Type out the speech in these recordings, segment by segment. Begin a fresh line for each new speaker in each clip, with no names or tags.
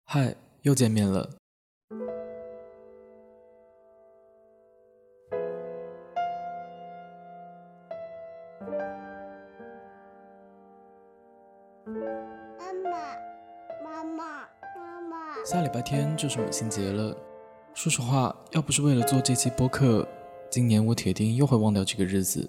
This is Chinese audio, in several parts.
嗨，又见面了。下礼拜天就是母亲节了。说实话，要不是为了做这期播客，今年我铁定又会忘掉这个日子。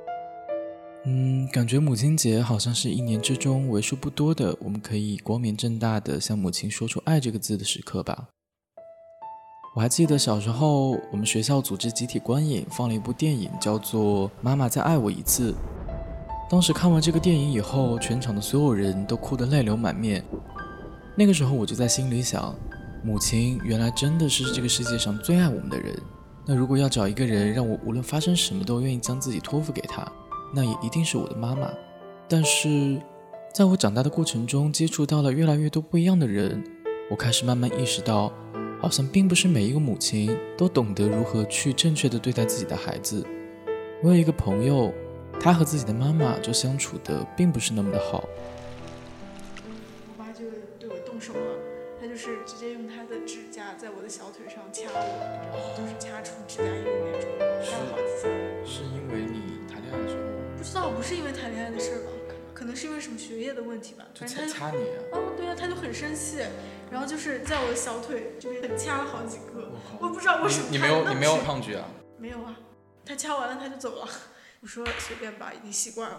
感觉母亲节好像是一年之中为数不多的我们可以光明正大的向母亲说出爱这个字的时刻吧。我还记得小时候我们学校组织集体观影，放了一部电影叫做《妈妈再爱我一次》。当时看完这个电影以后，全场的所有人都哭得泪流满面。那个时候我就在心里想，母亲原来真的是这个世界上最爱我们的人。那如果要找一个人让我无论发生什么都愿意将自己托付给他，那也一定是我的妈妈。但是在我长大的过程中，接触到了越来越多不一样的人，我开始慢慢意识到，好像并不是每一个母亲都懂得如何去正确的对待自己的孩子。我有一个朋友，他和自己的妈妈就相处的并不是那么的好。
我爸就对我动手了，他就是直接用他的指甲在我的小腿上掐我，就是掐出指甲印那种，干了好几下。
是因为你谈恋爱的时候？
不知道，不是因为谈恋爱的事吧？可能是因为什么学业的问题吧。
就掐你啊？
对啊，他就很生气，然后就是在我的小腿这边掐了好几个。我不知道为什么。
你没有抗拒啊？
没有啊，他掐完了他就走了。我说随便吧，已经习惯了。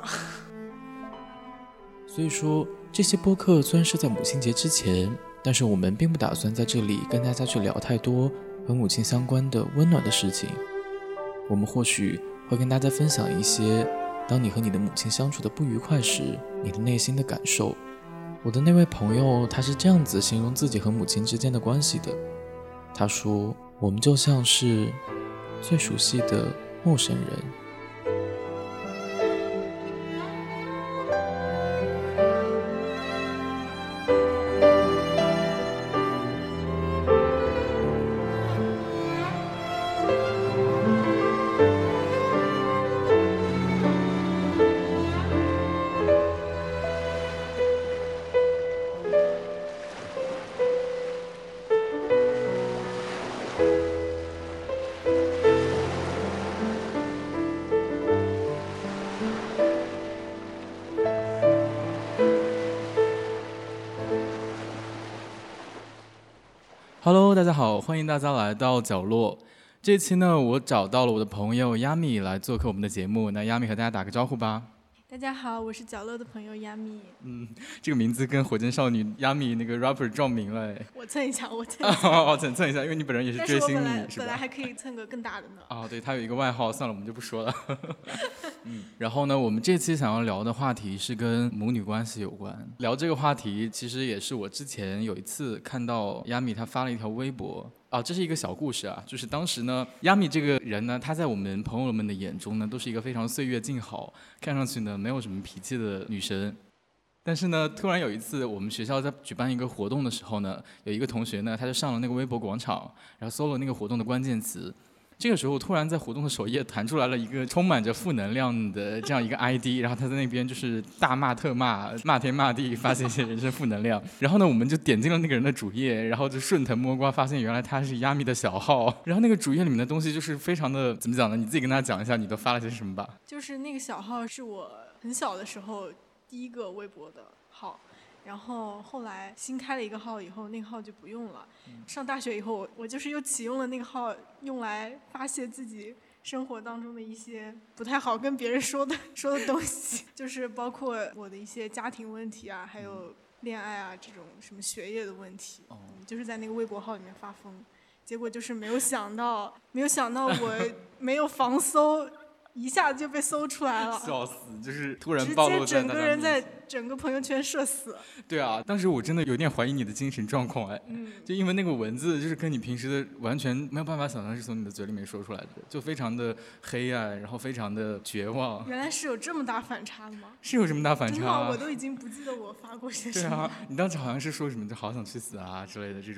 所以说，这些播客虽然是在母亲节之前，但是我们并不打算在这里跟大家去聊太多和母亲相关的温暖的事情。我们或许会跟大家分享一些当你和你的母亲相处的不愉快时，你的内心的感受。我的那位朋友，他是这样子形容自己和母亲之间的关系的。他说，我们就像是最熟悉的陌生人。Hello， 大家好，欢迎大家来到角落。这期呢，我找到了我的朋友亚米来做客我们的节目。那亚米和大家打个招呼吧。
大家好，我是角落的朋友亚米。
这个名字跟火箭少女亚米那个 rapper 撞名了。
我蹭一下，蹭
一下，因为你本人也是追星迷，是吧？
本来还可以蹭个更大的呢。
对，他有一个外号，算了，我们就不说了。然后呢，我们这期想要聊的话题是跟母女关系有关。聊这个话题，其实也是我之前有一次看到亚米他发了一条微博。这是一个小故事啊，就是当时呢，亚米这个人呢，他在我们朋友们的眼中呢，都是一个非常岁月静好，看上去呢没有什么脾气的女生。但是呢，突然有一次我们学校在举办一个活动的时候呢，有一个同学呢，他就上了那个微博广场，然后搜了那个活动的关键词。这个时候突然在活动的首页弹出来了一个充满着负能量的这样一个 ID， 然后他在那边就是大骂特骂，骂天骂地，发现一些人生负能量。然后呢，我们就点进了那个人的主页，然后就顺藤摸瓜发现原来他是亚米的小号。然后那个主页里面的东西就是非常的怎么讲呢？你自己跟大家讲一下你都发了些什么吧。
就是那个小号是我很小的时候第一个微博的号。然后后来新开了一个号以后，那个号就不用了。上大学以后，我就是又启用了那个号，用来发泄自己生活当中的一些不太好跟别人说的东西，就是包括我的一些家庭问题啊，还有恋爱啊这种什么学业的问题，就是在那个微博号里面发疯。结果就是没有想到我没有防搜。一下子就被搜出来了，
笑死！就是突然暴露在大家面前，直接
整个人在整个朋友圈社死。
对啊，当时我真的有点怀疑你的精神状况就因为那个文字就是跟你平时的完全没有办法想象是从你的嘴里面说出来的，就非常的黑暗，然后非常的绝望。
原来是有这么大反差的吗？
是有这么大反差？
真的，我都已经不记得我发过些什么。
对啊，你当时好像是说什么就好想去死啊之类的这种。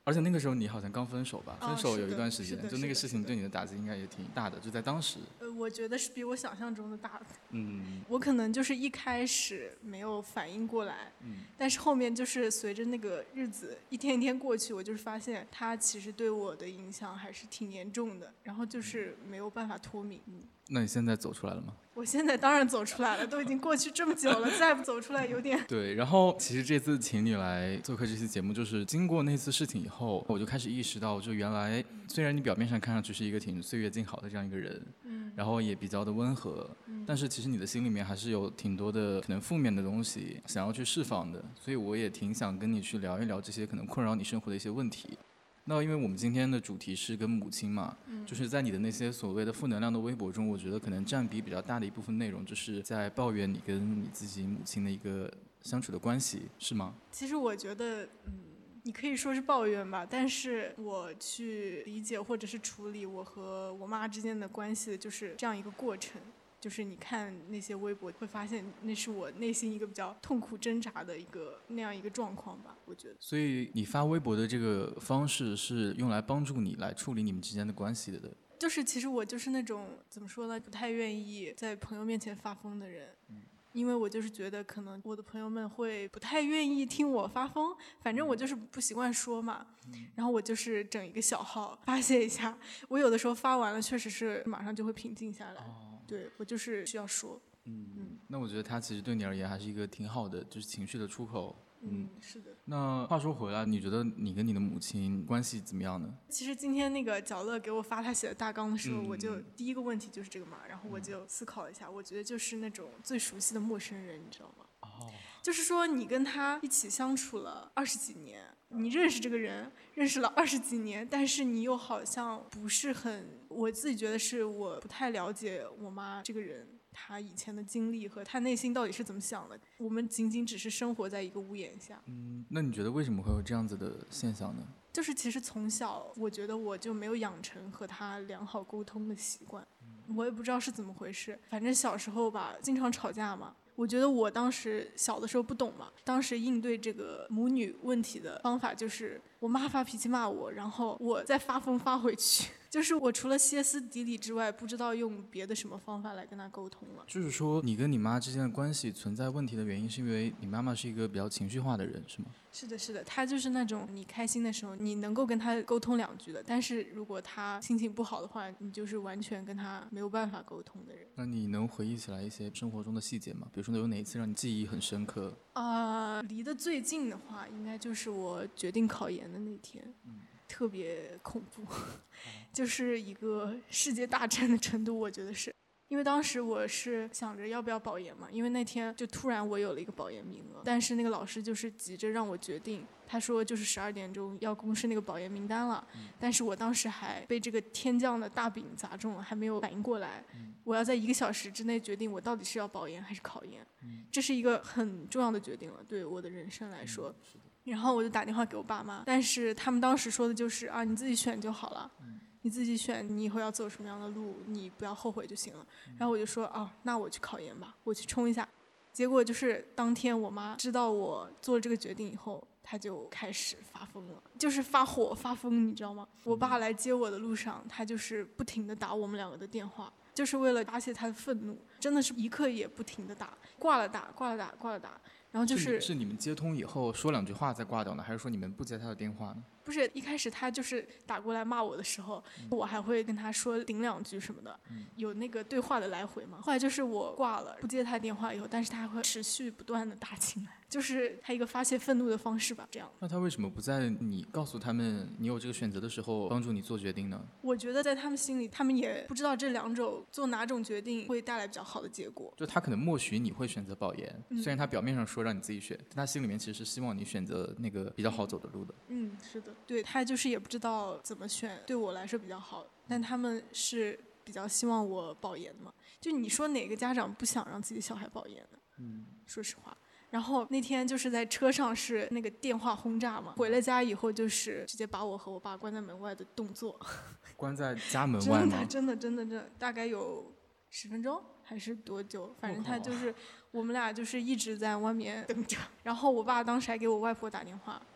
而且那个时候你好像刚分手吧？分手有一段时间，就那个事情对你的打击应该也挺大的，就在当时。
我觉得是比我想象中的大的。我可能就是一开始没有反应过来，但是后面就是随着那个日子一天一天过去，我就是发现他其实对我的影响还是挺严重的，然后就是没有办法脱敏。
那你现在走出来了吗？
我现在当然走出来了，都已经过去这么久了，再不走出来有点……
对，然后其实这次请你来做客这期节目，就是经过那次事情以后，我就开始意识到，就原来虽然你表面上看上去是一个挺岁月静好的这样一个人，然后也比较的温和，但是其实你的心里面还是有挺多的可能负面的东西想要去释放的，所以我也挺想跟你去聊一聊这些可能困扰你生活的一些问题。那因为我们今天的主题是跟母亲嘛，就是在你的那些所谓的负能量的微博中，我觉得可能占比比较大的一部分内容，就是在抱怨你跟你自己母亲的一个相处的关系，是吗？
其实我觉得，你可以说是抱怨吧，但是我去理解或者是处理我和我妈之间的关系，就是这样一个过程。就是你看那些微博，会发现那是我内心一个比较痛苦挣扎的那样一个状况吧，我觉得。
所以你发微博的这个方式是用来帮助你来处理你们之间的关系的。
就是其实我就是那种怎么说呢，不太愿意在朋友面前发疯的人。因为我就是觉得可能我的朋友们会不太愿意听我发疯，反正我就是不习惯说嘛，然后我就是整一个小号发泄一下，我有的时候发完了确实是马上就会平静下来，对，我就是需要说。
那我觉得它其实对你而言还是一个挺好的，就是情绪的出口。
是的。
那话说回来，你觉得你跟你的母亲关系怎么样呢？
其实今天那个角乐给我发他写的大纲的时候，我就第一个问题就是这个嘛，然后我就思考了一下，我觉得就是那种最熟悉的陌生人，你知道吗？就是说你跟他一起相处了20几年，你认识这个人认识了20几年，但是你又好像不是很，我自己觉得是我不太了解我妈这个人，她以前的经历和她内心到底是怎么想的，我们仅仅只是生活在一个屋檐下。
那你觉得为什么会有这样子的现象呢？
就是其实从小我觉得我就没有养成和他良好沟通的习惯，我也不知道是怎么回事，反正小时候吧经常吵架嘛，我觉得我当时小的时候不懂嘛，当时应对这个母女问题的方法就是我妈发脾气骂我，然后我再发疯发回去，就是我除了歇斯底里之外，不知道用别的什么方法来跟她沟通了。
就是说你跟你妈之间的关系存在问题的原因，是因为你妈妈是一个比较情绪化的人，是吗？
是的，是的，她就是那种你开心的时候你能够跟她沟通2句的，但是如果她心情不好的话，你就是完全跟她没有办法沟通的人。
那你能回忆起来一些生活中的细节吗？比如说有哪一次让你记忆很深刻？
离得最近的话，应该就是我决定考研的那天，特别恐怖，就是一个世界大战的程度，我觉得是。因为当时我是想着要不要保研嘛，因为那天就突然我有了一个保研名额，但是那个老师就是急着让我决定，他说就是12点钟要公示那个保研名单了，但是我当时还被这个天降的大饼砸中了，还没有反应过来，我要在1个小时之内决定我到底是要保研还是考研，这是一个很重要的决定了，对我的人生来说。然后我就打电话给我爸妈，但是他们当时说的就是啊，你自己选就好了。你自己选，你以后要走什么样的路，你不要后悔就行了。然后我就说，那我去考研吧，我去冲一下。结果就是当天我妈知道我做了这个决定以后，她就开始发疯了，就是发火发疯，你知道吗？我爸来接我的路上，他就是不停地打我们2个的电话，就是为了发泄他的愤怒，真的是一刻也不停地打，挂了打，挂了打，挂了打。然后就是
你们接通以后说2句话再挂掉呢，还是说你们不接他的电话呢？
不是，一开始他就是打过来骂我的时候，我还会跟他说顶2句什么的，有那个对话的来回嘛。后来就是我挂了，不接他电话以后，但是他还会持续不断的打进来，就是他一个发泄愤怒的方式吧，这样。
那他为什么不在你告诉他们你有这个选择的时候帮助你做决定呢？
我觉得在他们心里，他们也不知道这2种做哪种决定会带来比较好的结果。
就他可能默许你会选择保研，虽然他表面上说让你自己选，但他心里面其实是希望你选择那个比较好走的路的。
是的，对，他就是也不知道怎么选对我来说比较好，但他们是比较希望我保研嘛。就你说哪个家长不想让自己小孩保研呢？说实话。然后那天就是在车上是那个电话轰炸嘛，回了家以后就是直接把我和我爸关在门外的动作。
关在家门外吗？
真的，大概有10分钟还是多久？反正他就是我们俩就是一直在外面等着。然后我爸当时还给我外婆打电话，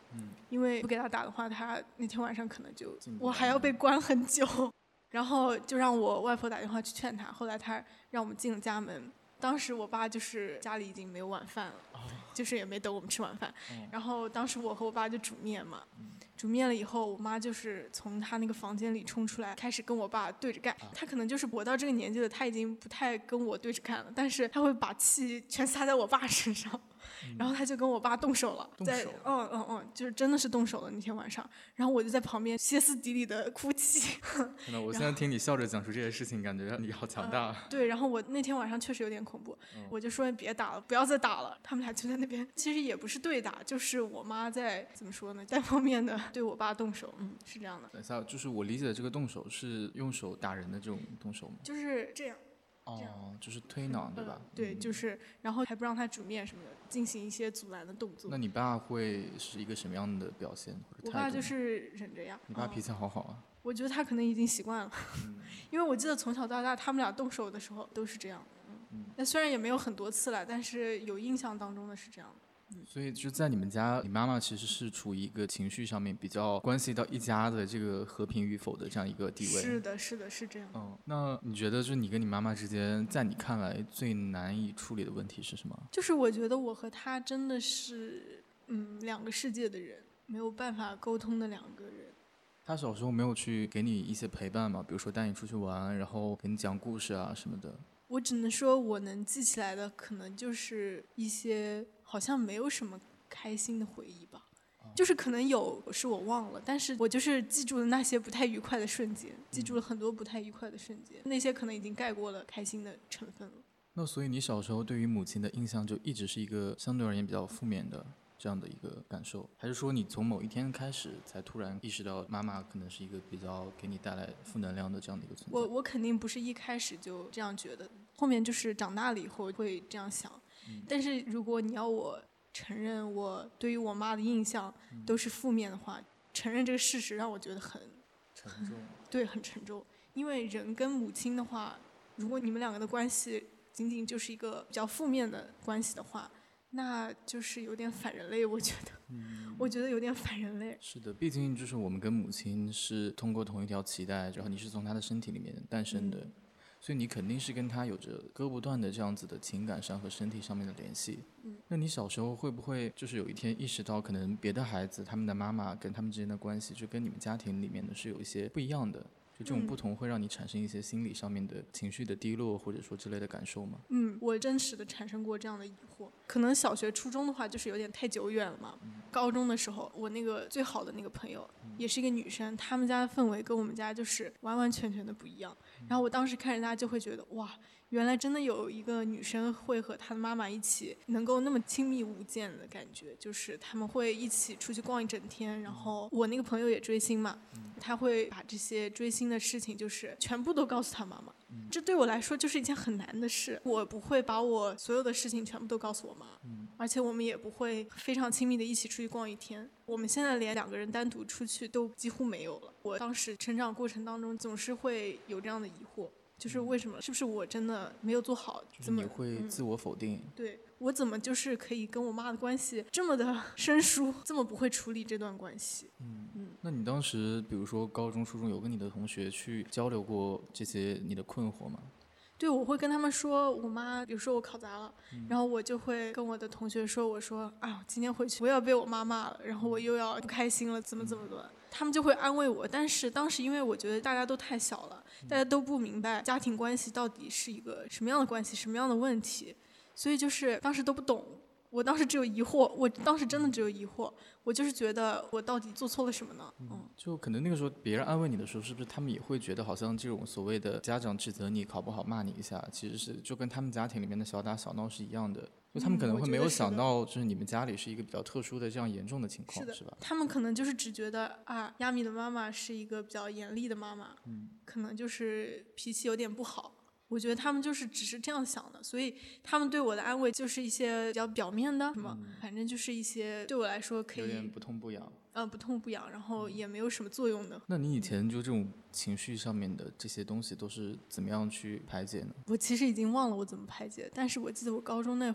因为不给他打的话，他那天晚上可能就
进不来
我还要被关很久。然后就让我外婆打电话去劝他，后来他让我们进了家门。当时我爸就是家里已经没有晚饭了，就是也没等我们吃晚饭。然后当时我和我爸就煮面嘛，煮面了以后，我妈就是从她那个房间里冲出来，开始跟我爸对着干。她可能就是我到这个年纪了，她已经不太跟我对着干了，但是她会把气全撒在我爸身上。然后他就跟我爸动手了，就是真的是动手了那天晚上。然后我就在旁边歇斯底里的哭泣。
真的，我现在听你笑着讲述这些事情，感觉你好强大。
对，然后我那天晚上确实有点恐怖，我就说别打了，不要再打了。他们俩就在那边，其实也不是对打，就是我妈在怎么说呢，单方面的对我爸动手，是这样的。
等一下，就是我理解的这个动手是用手打人的这种动手吗？
就是这样。
就是推搡，对吧？
对，就是然后还不让他煮面什么的，进行一些阻拦的动作。
那你爸会是一个什么样的表现或者态度？
我爸就是忍着呀。
你爸脾气好好啊。
我觉得他可能已经习惯了，因为我记得从小到大他们俩动手的时候都是这样。那虽然也没有很多次了，但是有印象当中的是这样的。
所以就在你们家，你妈妈其实是处于一个情绪上面比较关系到一家的这个和平与否的这样一个地位。
是的，是的，是这样。
那你觉得就你跟你妈妈之间，在你看来最难以处理的问题是什么？
就是我觉得我和她真的是两个世界的人，没有办法沟通的两个人。
她小时候没有去给你一些陪伴吗？比如说带你出去玩，然后给你讲故事啊什么的。
我只能说我能记起来的可能就是一些好像没有什么开心的回忆吧，就是可能有是我忘了，但是我就是记住了那些不太愉快的瞬间，记住了很多不太愉快的瞬间，那些可能已经盖过了开心的成分了。
那所以你小时候对于母亲的印象就一直是一个相对而言比较负面的这样的一个感受，还是说你从某一天开始才突然意识到妈妈可能是一个比较给你带来负能量的这样的一个存在？
我肯定不是一开始就这样觉得，后面就是长大了以后会这样想。但是如果你要我承认我对于我妈的印象都是负面的话，承认这个事实让我觉得很
沉重。
对，很沉重。因为人跟母亲的话，如果你们两个的关系仅仅就是一个比较负面的关系的话，那就是有点反人类，我觉得。我觉得有点反人类。
是的，毕竟就是我们跟母亲是通过同一条脐带，然后你是从她的身体里面诞生的，所以你肯定是跟她有着割不断的这样子的情感上和身体上面的联系。那你小时候会不会就是有一天意识到，可能别的孩子他们的妈妈跟他们之间的关系，就跟你们家庭里面的是有一些不一样的？就这种不同会让你产生一些心理上面的情绪的低落，或者说之类的感受吗？
我真实的产生过这样的疑惑。可能小学、初中的话，就是有点太久远了嘛。高中的时候，我那个最好的那个朋友，也是一个女生，他们家的氛围跟我们家就是完完全全的不一样。然后我当时看人家就会觉得，哇，原来真的有一个女生会和她的妈妈一起能够那么亲密无间的感觉，就是他们会一起出去逛一整天。然后我那个朋友也追星嘛，他会把这些追星的事情就是全部都告诉他妈妈。这对我来说就是一件很难的事，我不会把我所有的事情全部都告诉我妈，而且我们也不会非常亲密的一起出去逛一天。我们现在连两个人单独出去都几乎没有了。我当时成长过程当中总是会有这样的疑惑，就是为什么，是不是我真的没有做好？
就是你会自我否定。
对，我怎么就是可以跟我妈的关系这么的生疏，这么不会处理这段关系？
那你当时比如说高中、初中有跟你的同学去交流过这些你的困惑吗？
对，我会跟他们说，我妈，比如说我考砸了，然后我就会跟我的同学说，我说啊，今天回去我要被我妈骂了，然后我又要不开心了，怎么的，他们就会安慰我。但是当时因为我觉得大家都太小了，大家都不明白家庭关系到底是一个什么样的关系，什么样的问题，所以就是当时都不懂。我当时只有疑惑，我当时真的只有疑惑，我就是觉得我到底做错了什么呢？
就可能那个时候别人安慰你的时候，是不是他们也会觉得好像这种所谓的家长指责你考不好骂你一下，其实是就跟他们家庭里面的小打小闹是一样的，就他们可能会没有想到就是你们家里是一个比较特殊的这样严重的情况，是吧？
他们可能就是只觉得啊，亚米的妈妈是一个比较严厉的妈妈，可能就是脾气有点不好。我觉得他们就是只是这样想的，所以他们对我的安慰就是一些比较表面的，什么，反正就是一些对我来说可以
有点不痛不痒，
不痛不痒，然后也没有什么作用的。
那你以前就这种情绪上面的这些东西都是怎么样去排解呢？
我其实已经忘了我怎么排解，但是我记得我高中那会儿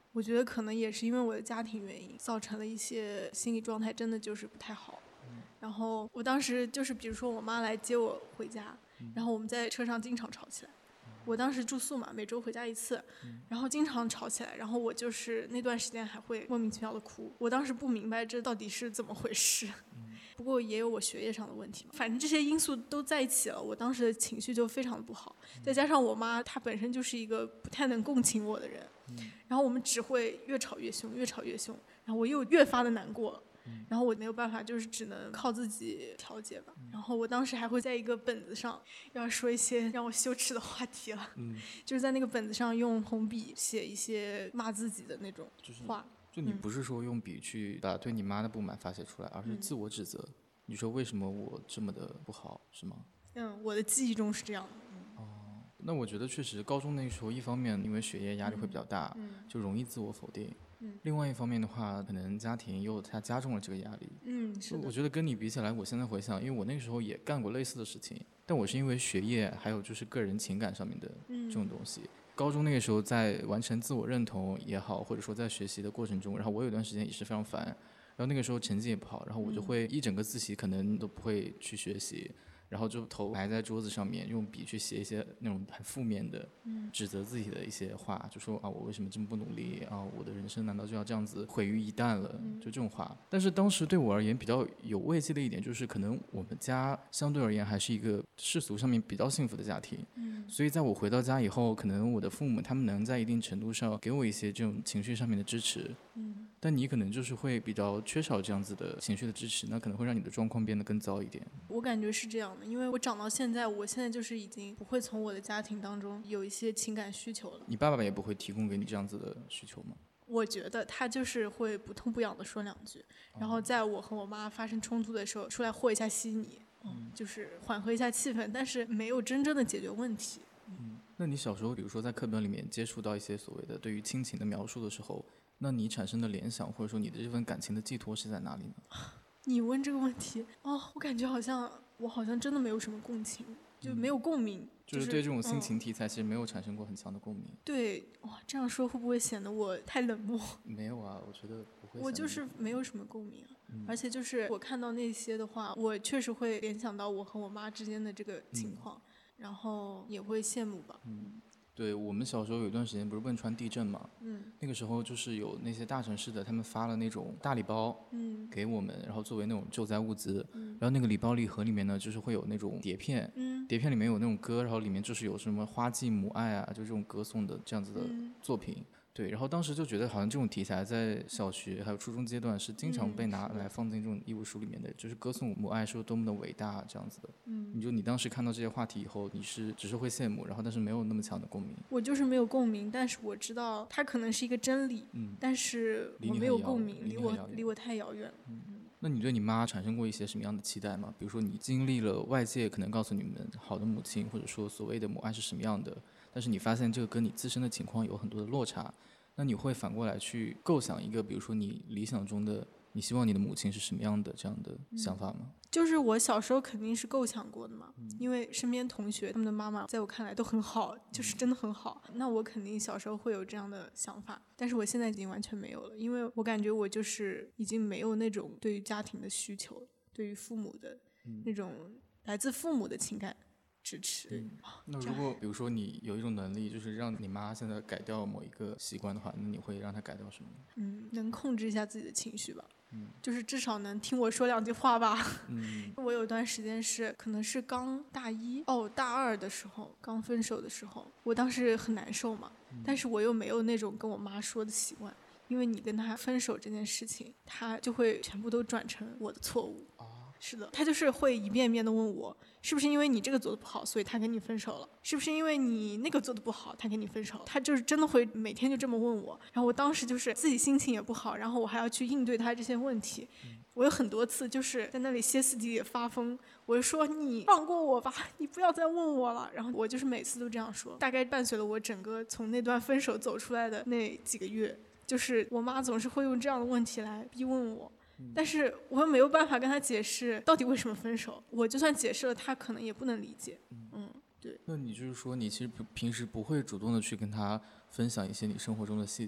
我觉得可能也是因为我的家庭原因，造成了一些心理状态真的就是不太好。然后我当时就是比如说我妈来接我回家，然后我们在车上经常吵起来。我当时住宿嘛，每周回家一次，然后经常吵起来，然后我就是那段时间还会莫名其妙的哭。我当时不明白这到底是怎么回事，不过也有我学业上的问题嘛，反正这些因素都在一起了，我当时的情绪就非常的不好。再加上我妈她本身就是一个不太能共情我的人，然后我们只会越吵越凶，越吵越凶，然后我又越发的难过。然后我没有办法，就是只能靠自己调节吧。然后我当时还会在一个本子上要说一些让我羞耻的话题了，就是在那个本子上用红笔写一些骂自己的那种话。
就你不是说用笔去把对你妈的不满发泄出来，而是自我指责。你说为什么我这么的不好，是吗？
我的记忆中是这样的。
那我觉得确实高中那时候，一方面因为学业压力会比较大，就容易自我否定。另外一方面的话，可能家庭又它加重了这个压力。
是的。
我觉得跟你比起来，我现在回想，因为我那个时候也干过类似的事情，但我是因为学业还有就是个人情感上面的这种东西。高中那个时候在完成自我认同也好，或者说在学习的过程中，然后我有段时间也是非常烦，然后那个时候成绩也不好，然后我就会一整个自习可能都不会去学习。然后就头埋在桌子上面，用笔去写一些那种很负面的，指责自己的一些话，就说啊，我为什么这么不努力啊？我的人生难道就要这样子毁于一旦了？就这种话。但是当时对我而言比较有慰藉的一点，就是可能我们家相对而言还是一个世俗上面比较幸福的家庭，所以在我回到家以后，可能我的父母他们能在一定程度上给我一些这种情绪上面的支持。但你可能就是会比较缺少这样子的情绪的支持，那可能会让你的状况变得更糟一点。
我感觉是这样的，因为我长到现在，我现在就是已经不会从我的家庭当中有一些情感需求了。
你爸爸也不会提供给你这样子的需求吗？
我觉得他就是会不痛不痒的说两句，然后在我和我妈发生冲突的时候出来和一下稀泥，就是缓和一下气氛，但是没有真正的解决问题。
那你小时候比如说在课本里面接触到一些所谓的对于亲情的描述的时候，那你产生的联想或者说你的这份感情的寄托是在哪里呢？
你问这个问题我感觉我好像真的没有什么共情，就没有共鸣，
就是对这种心情题材其实没有产生过很强的共鸣。
对，这样说会不会显得我太冷漠？
没有啊，我觉得不会。
我就是没有什么共鸣而且就是我看到那些的话，我确实会联想到我和我妈之间的这个情况，然后也会羡慕吧。
对，我们小时候有一段时间不是汶川地震嘛，那个时候就是有那些大城市的他们发了那种大礼包，给我们，然后作为那种救灾物资，然后那个礼包礼盒里面呢，就是会有那种碟片，碟片里面有那种歌，然后里面就是有什么花季母爱啊，就这种歌颂的这样子的作品。对，然后当时就觉得好像这种题材在小学还有初中阶段是经常被拿来放进这种义务书里面的，就是歌颂母爱是有多么的伟大这样子的。你当时看到这些话题以后，你是只是会羡慕，然后但是没有那么强的共鸣。
我就是没有共鸣，但是我知道它可能是一个真理，但是我没有共鸣，离我太遥远了。
那你对你妈产生过一些什么样的期待吗？比如说你经历了外界可能告诉你们好的母亲，或者说所谓的母爱是什么样的，但是你发现这个跟你自身的情况有很多的落差，那你会反过来去构想一个，比如说你理想中的，你希望你的母亲是什么样的这样的想法吗？
就是我小时候肯定是构想过的嘛，因为身边同学他们的妈妈在我看来都很好，就是真的很好，那我肯定小时候会有这样的想法，但是我现在已经完全没有了，因为我感觉我就是已经没有那种对于家庭的需求，对于父母的那种来自父母的情感支持。
那如果比如说你有一种能力，就是让你妈现在改掉某一个习惯的话，那你会让她改掉什么呢？
能控制一下自己的情绪吧。就是至少能听我说两句话吧。我有段时间是可能是刚大二的时候，刚分手的时候，我当时很难受嘛，但是我又没有那种跟我妈说的习惯，因为你跟她分手这件事情，她就会全部都转成我的错误。是的，他就是会一遍一遍的问我，是不是因为你这个做的不好，所以他跟你分手了？是不是因为你那个做的不好，他跟你分手了？他就是真的会每天就这么问我，然后我当时就是自己心情也不好，然后我还要去应对他这些问题。我有很多次就是在那里歇斯底里发疯，我就说你放过我吧，你不要再问我了。然后我就是每次都这样说，大概伴随了我整个从那段分手走出来的那几个月，就是我妈总是会用这样的问题来逼问我。但是我又没有办法跟他解释到底为什么分手，我就算解释了，他可能也不能理解。对。
那你就是说，你其实平时不会主动的去跟他分享一些你生活中的细节，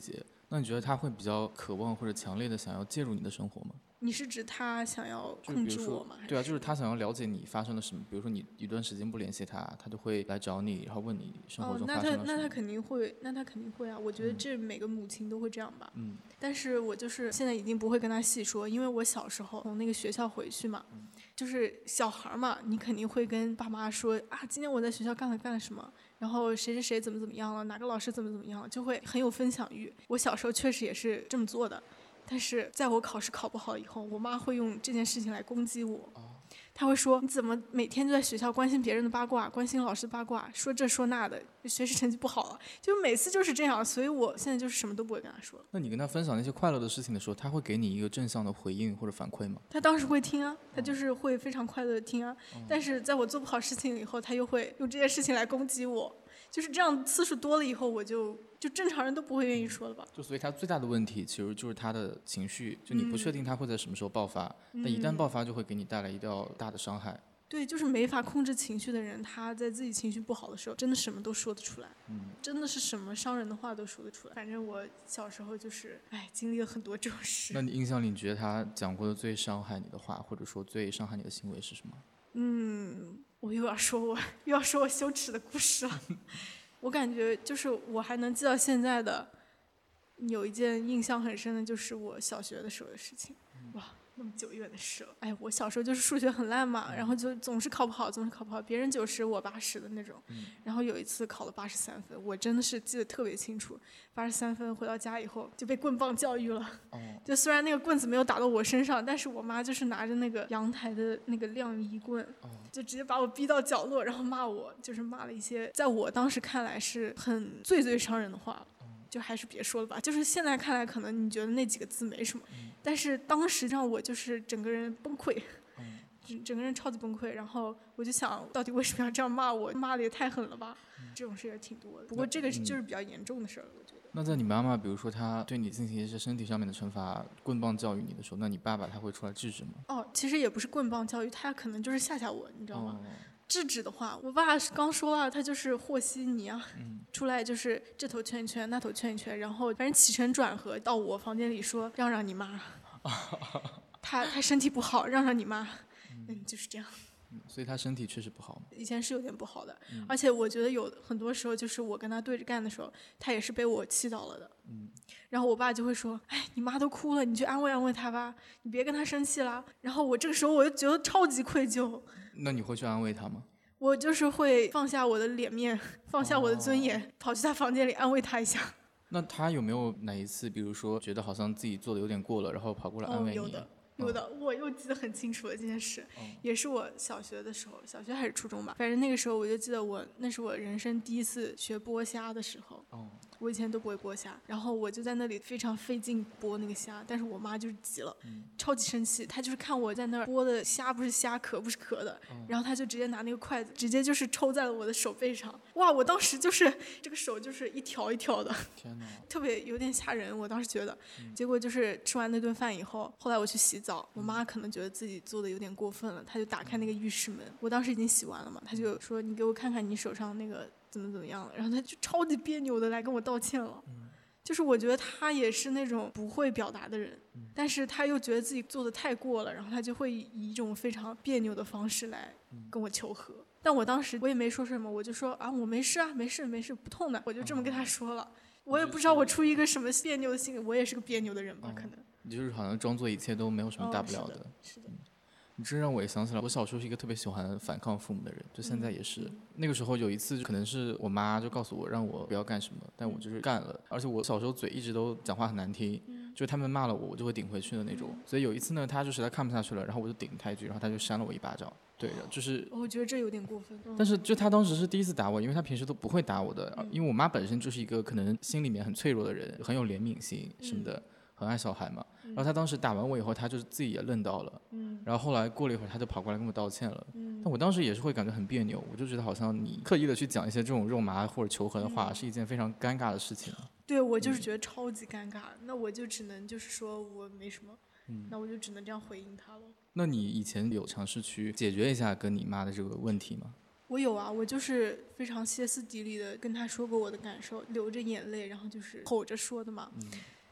那你觉得他会比较渴望或者强烈的想要介入你的生活吗？
你是指他想要控制我吗？
对啊，就是他想要了解你发生了什么，比如说你一段时间不联系他，他就会来找你，然后问你生活中发生了什么。
那他肯定会啊！我觉得这每个母亲都会这样吧。但是我就是现在已经不会跟他细说，因为我小时候从那个学校回去嘛，就是小孩嘛，你肯定会跟爸妈说啊，今天我在学校干了什么，然后谁谁谁怎么样了，哪个老师怎么样了，就会很有分享欲。我小时候确实也是这么做的。但是在我考试考不好以后，我妈会用这件事情来攻击我。她会说你怎么每天就在学校关心别人的八卦，关心老师的八卦，说这说那的，学习成绩不好了，就每次就是这样。所以我现在就是什么都不会跟她说。
那你跟她分享那些快乐的事情的时候，她会给你一个正向的回应或者反馈吗？
她当时会听啊，她就是会非常快乐的听啊。但是在我做不好事情以后，她又会用这件事情来攻击我。就是这样次数多了以后，我就正常人都不会愿意说了吧。
就所以他最大的问题其实就是他的情绪，就你不确定他会在什么时候爆发，但一旦爆发就会给你带来一道大的伤害。
对，就是没法控制情绪的人，他在自己情绪不好的时候，真的什么都说得出来，真的是什么伤人的话都说得出来。反正我小时候就是，经历了很多这种事。
那你印象里，你觉得他讲过的最伤害你的话，或者说最伤害你的行为是什么？
我又要说我羞耻的故事了。我感觉就是我还能记到现在的，有一件印象很深的，就是我小学的时候的事情。哇，那么久远的事了。我小时候就是数学很烂嘛，然后就总是考不好，别人90我80的那种。然后有一次考了83分，我真的是记得特别清楚。83分回到家以后就被棍棒教育了。就虽然那个棍子没有打到我身上，但是我妈就是拿着那个阳台的那个晾衣棍，就直接把我逼到角落，然后骂我，就是骂了一些在我当时看来是很最伤人的话。就还是别说了吧，就是现在看来可能你觉得那几个字没什么，但是当时让我就是整个人崩溃，整个人超级崩溃。然后我就想到底为什么要这样骂我，骂的也太狠了吧。这种事也挺多的，不过这个就是比较严重的事儿，我觉得。
那在你妈妈比如说她对你进行一些身体上面的惩罚，棍棒教育你的时候，那你爸爸他会出来制止吗？
其实也不是棍棒教育，他可能就是吓我，你知道吗？制止的话，我爸刚说了，他就是和稀泥啊，出来就是这头圈一圈，那头圈一圈，然后反正起承转合到我房间里说让你妈，他身体不好，让你妈，就是这样。
所以他身体确实不好吗？
以前是有点不好的，而且我觉得有很多时候就是我跟他对着干的时候，他也是被我气到了的。然后我爸就会说，你妈都哭了，你去安慰安慰她吧，你别跟她生气啦。然后我这个时候我就觉得超级愧疚。
那你会去安慰她吗？
我就是会放下我的脸面，放下我的尊严，跑去他房间里安慰他一下。
那他有没有哪一次，比如说觉得好像自己做的有点过了，然后跑过来安慰你？
有的，我又记得很清楚了这件事，也是我小学的时候，小学还是初中吧，反正那个时候我就记得那是我人生第一次学剥虾的时候。我以前都不会剥虾，然后我就在那里非常费劲剥那个虾，但是我妈就是急了，超级生气，她就是看我在那儿剥的虾不是虾，壳不是壳的，然后她就直接拿那个筷子直接就是抽在了我的手背上。哇，我当时就是这个手就是一条一条的，
天哪，
特别有点吓人，我当时觉得。结果就是吃完那顿饭以后，后来我去洗澡，我妈可能觉得自己做的有点过分了，她就打开那个浴室门，我当时已经洗完了嘛，她就说你给我看看你手上那个怎么样了，然后她就超级别扭的来跟我道歉了。就是我觉得他也是那种不会表达的人，但是他又觉得自己做的太过了，然后他就会以一种非常别扭的方式来跟我求和。但我当时我也没说什么，我就说我没事啊，没事不痛的，我就这么跟他说了。我也不知道我出于一个什么别扭的心理，我也是个别扭的人吧，可能。
你就是好像装作一切都没有什么大不了的。
是的。
你这让我也想起来，我小时候是一个特别喜欢反抗父母的人，就现在也是。那个时候有一次，可能是我妈就告诉我让我不要干什么，但我就是干了。而且我小时候嘴一直都讲话很难听，就是他们骂了我，我就会顶回去的那种。所以有一次呢，他就实在看不下去了，然后我就顶他一句，然后他就扇了我一巴掌。对，就是。
我觉得这有点过分。
但是就他当时是第一次打我，因为他平时都不会打我的，因为我妈本身就是一个可能心里面很脆弱的人，很有怜悯心什么的。很爱小孩嘛，然后他当时打完我以后，他就是自己也愣到了，然后后来过了一会儿，他就跑过来跟我道歉了，但我当时也是会感觉很别扭，我就觉得好像你刻意的去讲一些这种肉麻或者求和的话，是一件非常尴尬的事情。
对，我就是觉得超级尴尬，那我就只能就是说我没什么，那我就只能这样回应他了。
那你以前有尝试去解决一下跟你妈的这个问题吗？
我有啊，我就是非常歇斯底里的跟他说过我的感受，流着眼泪，然后就是吼着说的嘛。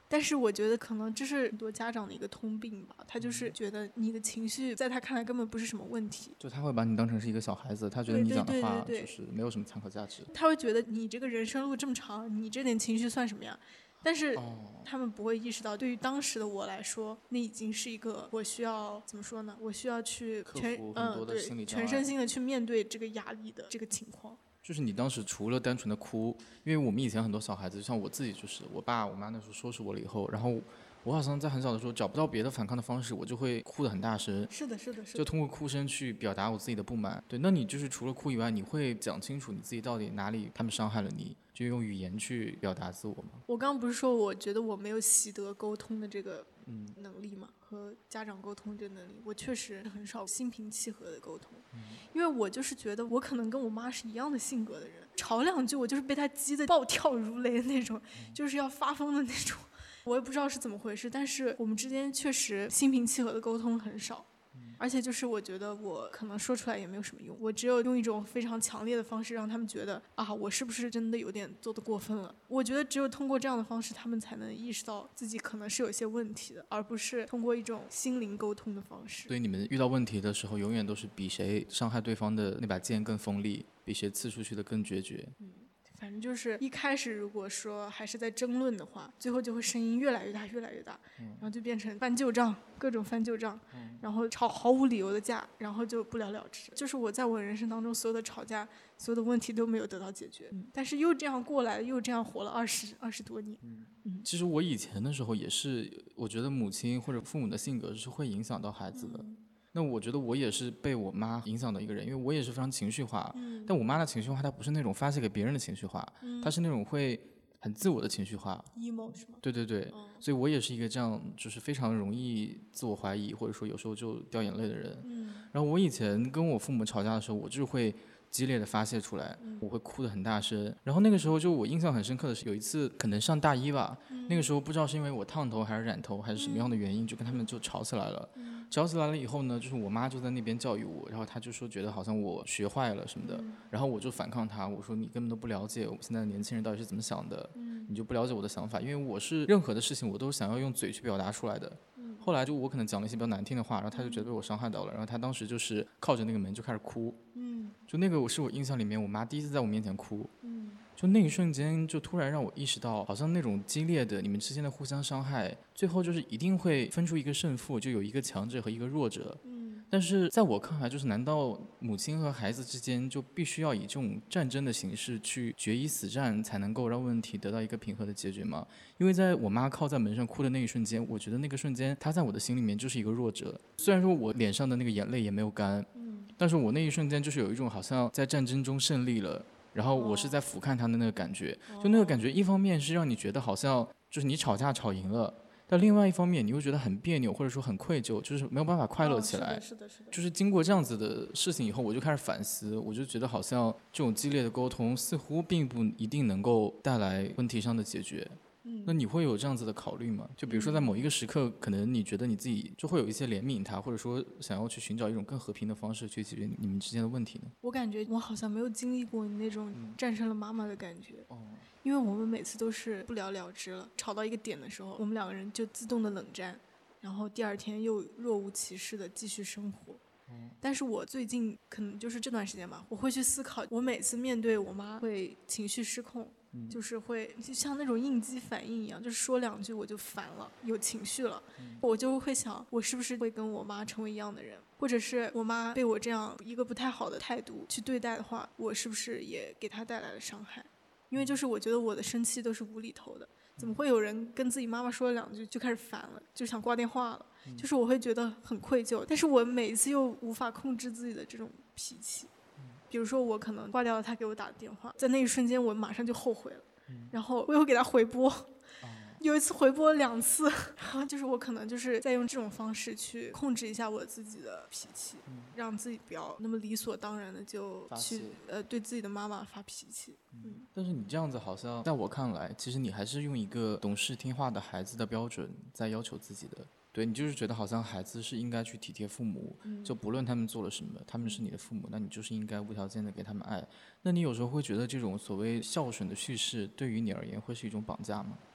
但是我觉得可能这是很多家长的一个通病吧，他就是觉得你的情绪在他看来根本不是什么问题，
就他会把你当成是一个小孩子，他觉得你讲的话就是没有什么参考价值。
他会觉得你这个人生路这么长，你这点情绪算什么呀？但是他们不会意识到，对于当时的我来说，那已经是一个我需要怎么说呢？我需要去
克服很多的心理障碍，
全身心的去面对这个压力的这个情况。
就是你当时除了单纯的哭，因为我们以前很多小孩子，就像我自己，就是我爸我妈那时候收拾我了以后，然后我好像在很小的时候找不到别的反抗的方式，我就会哭得很大声。
是的，是的，是的。
就通过哭声去表达我自己的不满。对，那你就是除了哭以外，你会讲清楚你自己到底哪里他们伤害了你，就用语言去表达自我吗？
我刚刚不是说我觉得我没有习得沟通的这个能力嘛，和家长沟通这个能力，我确实很少心平气和的沟通，因为我就是觉得我可能跟我妈是一样的性格的人，吵两句我就是被她激得暴跳如雷的那种，就是要发疯的那种。我也不知道是怎么回事，但是我们之间确实心平气和的沟通很少，而且就是我觉得我可能说出来也没有什么用，我只有用一种非常强烈的方式让他们觉得啊，我是不是真的有点做得过分了？我觉得只有通过这样的方式，他们才能意识到自己可能是有些问题的，而不是通过一种心灵沟通的方式。
所以你们遇到问题的时候，永远都是比谁伤害对方的那把剑更锋利，比谁刺出去的更决绝。
反正就是一开始如果说还是在争论的话，最后就会声音越来越大越来越大，然后就变成翻旧账，各种翻旧账，然后吵毫无理由的架，然后就不了了之。就是我在我人生当中所有的吵架，所有的问题都没有得到解决，但是又这样过来，又这样活了20多年。
其实我以前的时候也是，我觉得母亲或者父母的性格是会影响到孩子的。那我觉得我也是被我妈影响的一个人，因为我也是非常情绪化，但我妈的情绪化她不是那种发泄给别人的情绪化，她是那种会很自我的情绪化。
emo 是吗？
对对对，所以我也是一个这样，就是非常容易自我怀疑，或者说有时候就掉眼泪的人。然后我以前跟我父母吵架的时候，我就会激烈的发泄出来，我会哭得很大声。然后那个时候就我印象很深刻的是，有一次可能上大一吧，那个时候不知道是因为我烫头还是染头还是什么样的原因，就跟他们就吵起来了。吵起来了以后呢，就是我妈就在那边教育我，然后她就说觉得好像我学坏了什么的，然后我就反抗她，我说你根本都不了解我们现在的年轻人到底是怎么想的，你就不了解我的想法，因为我是任何的事情我都想要用嘴去表达出来的。后来就我可能讲了一些比较难听的话，然后她就觉得被我伤害到了，然后她当时就是靠着那个门就开始哭，就那个是我印象里面我妈第一次在我面前哭，就那一瞬间就突然让我意识到，好像那种激烈的你们之间的互相伤害，最后就是一定会分出一个胜负，就有一个强者和一个弱者。但是在我看来，就是难道母亲和孩子之间就必须要以这种战争的形式去决一死战，才能够让问题得到一个平和的解决吗？因为在我妈靠在门上哭的那一瞬间，我觉得那个瞬间她在我的心里面就是一个弱者。虽然说我脸上的那个眼泪也没有干，但是我那一瞬间就是有一种好像在战争中胜利了，然后我是在俯瞰他的那个感觉，就那个感觉一方面是让你觉得好像就是你吵架吵赢了，但另外一方面你又觉得很别扭，或者说很愧疚，就是没有办法快乐起来。
是的。
就是经过这样子的事情以后，我就开始反思，我就觉得好像这种激烈的沟通似乎并不一定能够带来问题上的解决。那你会有这样子的考虑吗？就比如说在某一个时刻，可能你觉得你自己就会有一些怜悯他，或者说想要去寻找一种更和平的方式去解决你们之间的问题呢？
我感觉我好像没有经历过你那种战胜了妈妈的感觉。因为我们每次都是不了了之了，吵到一个点的时候，我们两个人就自动的冷战，然后第二天又若无其事的继续生活。但是我最近可能就是这段时间吧，我会去思考，我每次面对我妈会情绪失控，就是会就像那种应激反应一样，就是说两句我就烦了，有情绪了，我就会想，我是不是会跟我妈成为一样的人，或者是我妈被我这样一个不太好的态度去对待的话，我是不是也给她带来了伤害？因为就是我觉得我的生气都是无厘头的，怎么会有人跟自己妈妈说了两句就开始烦了，就想挂电话了，就是我会觉得很愧疚，但是我每一次又无法控制自己的这种脾气。比如说我可能挂掉了他给我打的电话，在那一瞬间我马上就后悔了，然后我又给他回拨，有一次回拨了2次，然后就是我可能就是在用这种方式去控制一下我自己的脾气，让自己不要那么理所当然的就去对自己的妈妈发脾气。
但是你这样子好像在我看来，其实你还是用一个懂事听话的孩子的标准在要求自己的。对，你就是觉得好像孩子是应该去体贴父母，就不论他们做了什么，他们是你的父母，那你就是应该无条件的给他们爱。那你有时候会觉得这种所谓孝顺的叙事对于你而言会是一种绑架吗？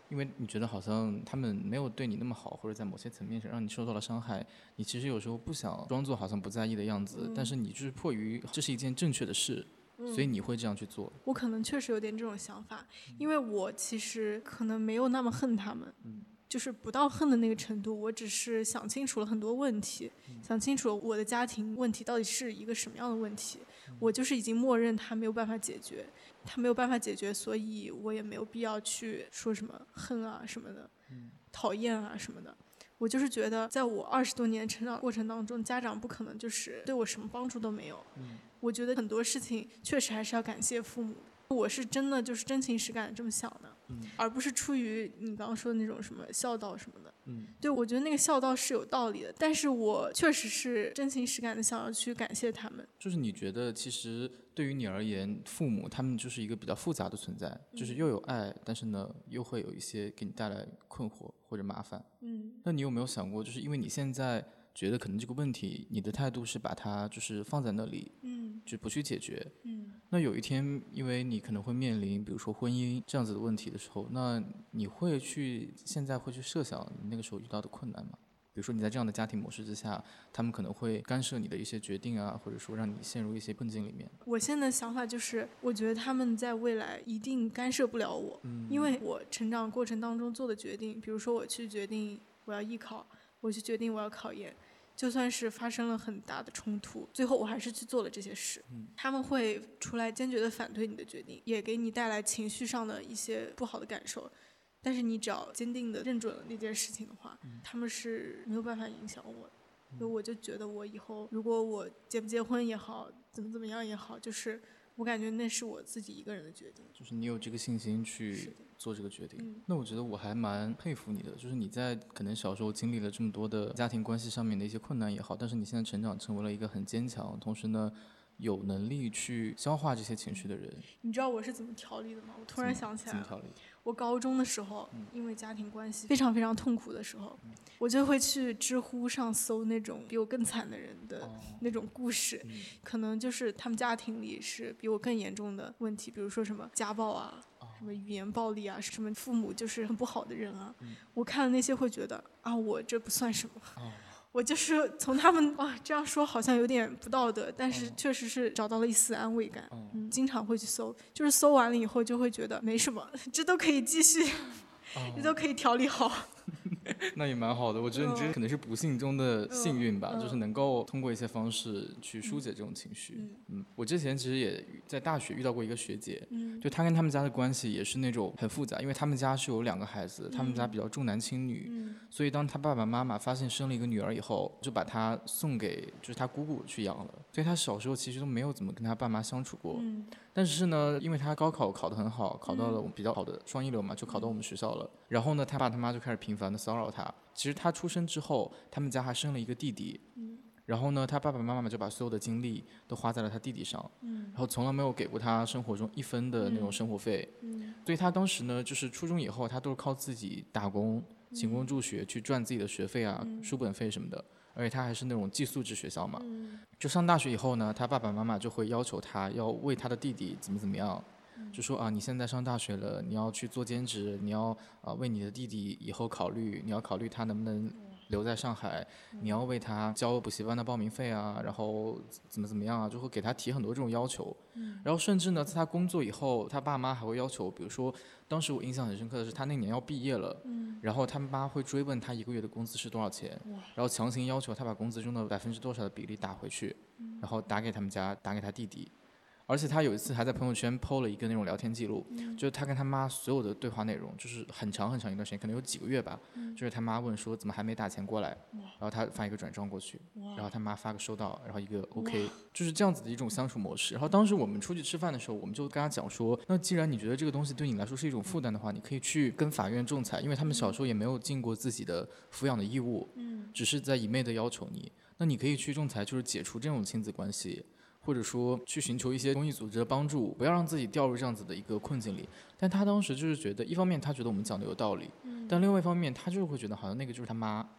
因为你觉得好像他们没有对你那么好，或者在某些层面上让你受到了伤害，你其实有时候不想装作好像不在意的样子，但是你就是迫于这是一件正确的事，所以你会这样去做。
我可能确实有点这种想法，因为我其实可能没有那么恨他们，就是不到恨的那个程度，我只是想清楚了很多问题，想清楚了我的家庭问题到底是一个什么样的问题，我就是已经默认他没有办法解决，他没有办法解决，所以我也没有必要去说什么恨啊什么的，讨厌啊什么的。我就是觉得，在我20多年成长过程当中，家长不可能就是对我什么帮助都没有。我觉得很多事情确实还是要感谢父母。我是真的就是真情实感的这么想的，而不是出于你刚刚说的那种什么孝道什么的。对，我觉得那个孝道是有道理的，但是我确实是真情实感的想要去感谢他们。
就是你觉得其实对于你而言，父母他们就是一个比较复杂的存在，就是又有爱，但是呢又会有一些给你带来困惑或者麻烦。那你有没有想过，就是因为你现在觉得可能这个问题，你的态度是把它就是放在那里，就不去解决。那有一天，因为你可能会面临比如说婚姻这样子的问题的时候，那你会现在会去设想你那个时候遇到的困难吗？比如说你在这样的家庭模式之下，他们可能会干涉你的一些决定啊，或者说让你陷入一些困境里面。
我现在的想法就是，我觉得他们在未来一定干涉不了我，因为我成长过程当中做的决定，比如说我去决定我要艺考，我去决定我要考研，就算是发生了很大的冲突，最后我还是去做了这些事。他们会出来坚决的反对你的决定，也给你带来情绪上的一些不好的感受。但是你只要坚定的认准了那件事情的话，他们是没有办法影响我的。所以我就觉得我以后如果我结不结婚也好，怎么样也好，就是我感觉那是我自己一个人的决定。
就是你有这个信心去做这个决定。那我觉得我还蛮佩服你的，就是你在可能小时候经历了这么多的家庭关系上面的一些困难也好，但是你现在成长成为了一个很坚强，同时呢有能力去消化这些情绪的人。
你知道我是怎么调理的吗？我突然想起来了。
怎么调理？
我高中的时候，因为家庭关系非常非常痛苦的时候，我就会去知乎上搜那种比我更惨的人的那种故事，可能就是他们家庭里是比我更严重的问题，比如说什么家暴啊，什么语言暴力啊，什么父母就是很不好的人啊，我看了那些会觉得啊，我这不算什么。我就是从他们这样说好像有点不道德，但是确实是找到了一丝安慰感。经常会去搜，就是搜完了以后就会觉得没什么，这都可以继续，这都可以调理好。
那也蛮好的，我觉得你这可能是不幸中的幸运吧，就是能够通过一些方式去疏解这种情绪。我之前其实也在大学遇到过一个学姐，就她跟他们家的关系也是那种很复杂，因为他们家是有2个孩子，他们家比较重男轻女，所以当他爸爸妈妈发现生了一个女儿以后，就把她送给就是他姑姑去养了，所以他小时候其实都没有怎么跟他爸妈相处过。但是呢，因为他高考考得很好，考到了比较好的双一流嘛，就考到我们学校了。然后呢，他爸他妈就开始频繁的骚扰他。其实他出生之后，他们家还生了一个弟弟。然后呢，他爸爸妈妈就把所有的精力都花在了他弟弟上，然后从来没有给过他生活中1分的那种生活费。所以他当时呢，就是初中以后，他都是靠自己打工、勤工助学去赚自己的学费啊、书本费什么的。而且他还是那种寄宿制学校嘛，就上大学以后呢，他爸爸妈妈就会要求他要为他的弟弟怎么样，就说啊，你现在上大学了，你要去做兼职，你要为你的弟弟以后考虑，你要考虑他能不能留在上海，你要为他交补习班的报名费啊，然后怎么样啊，就会给他提很多这种要求。然后甚至呢，在他工作以后，他爸妈还会要求，比如说当时我印象很深刻的是，他那年要毕业了，然后他们妈会追问他1个月的工资是多少钱，然后强行要求他把工资中的%多少的比例打回去，然后打给他们家，打给他弟弟。而且他有一次还在朋友圈 PO 了一个那种聊天记录，就是他跟他妈所有的对话内容，就是很长很长一段时间，可能有几个月吧，就是他妈问说怎么还没打钱过来，然后他发一个转账过去，然后他妈发个收到，然后一个 OK， 就是这样子的一种相处模式。然后当时我们出去吃饭的时候，我们就跟他讲说，那既然你觉得这个东西对你来说是一种负担的话，你可以去跟法院仲裁，因为他们小时候也没有尽过自己的抚养的义务，只是在一昧的要求你，那你可以去仲裁，就是解除这种亲子关系。或者说去寻求一些公益组织的帮助，不要让自己掉入这样子的一个困境里。但他当时就是觉得，一方面他觉得我们讲的有道理，但另外一方面他就是会觉得好像那个就是他妈，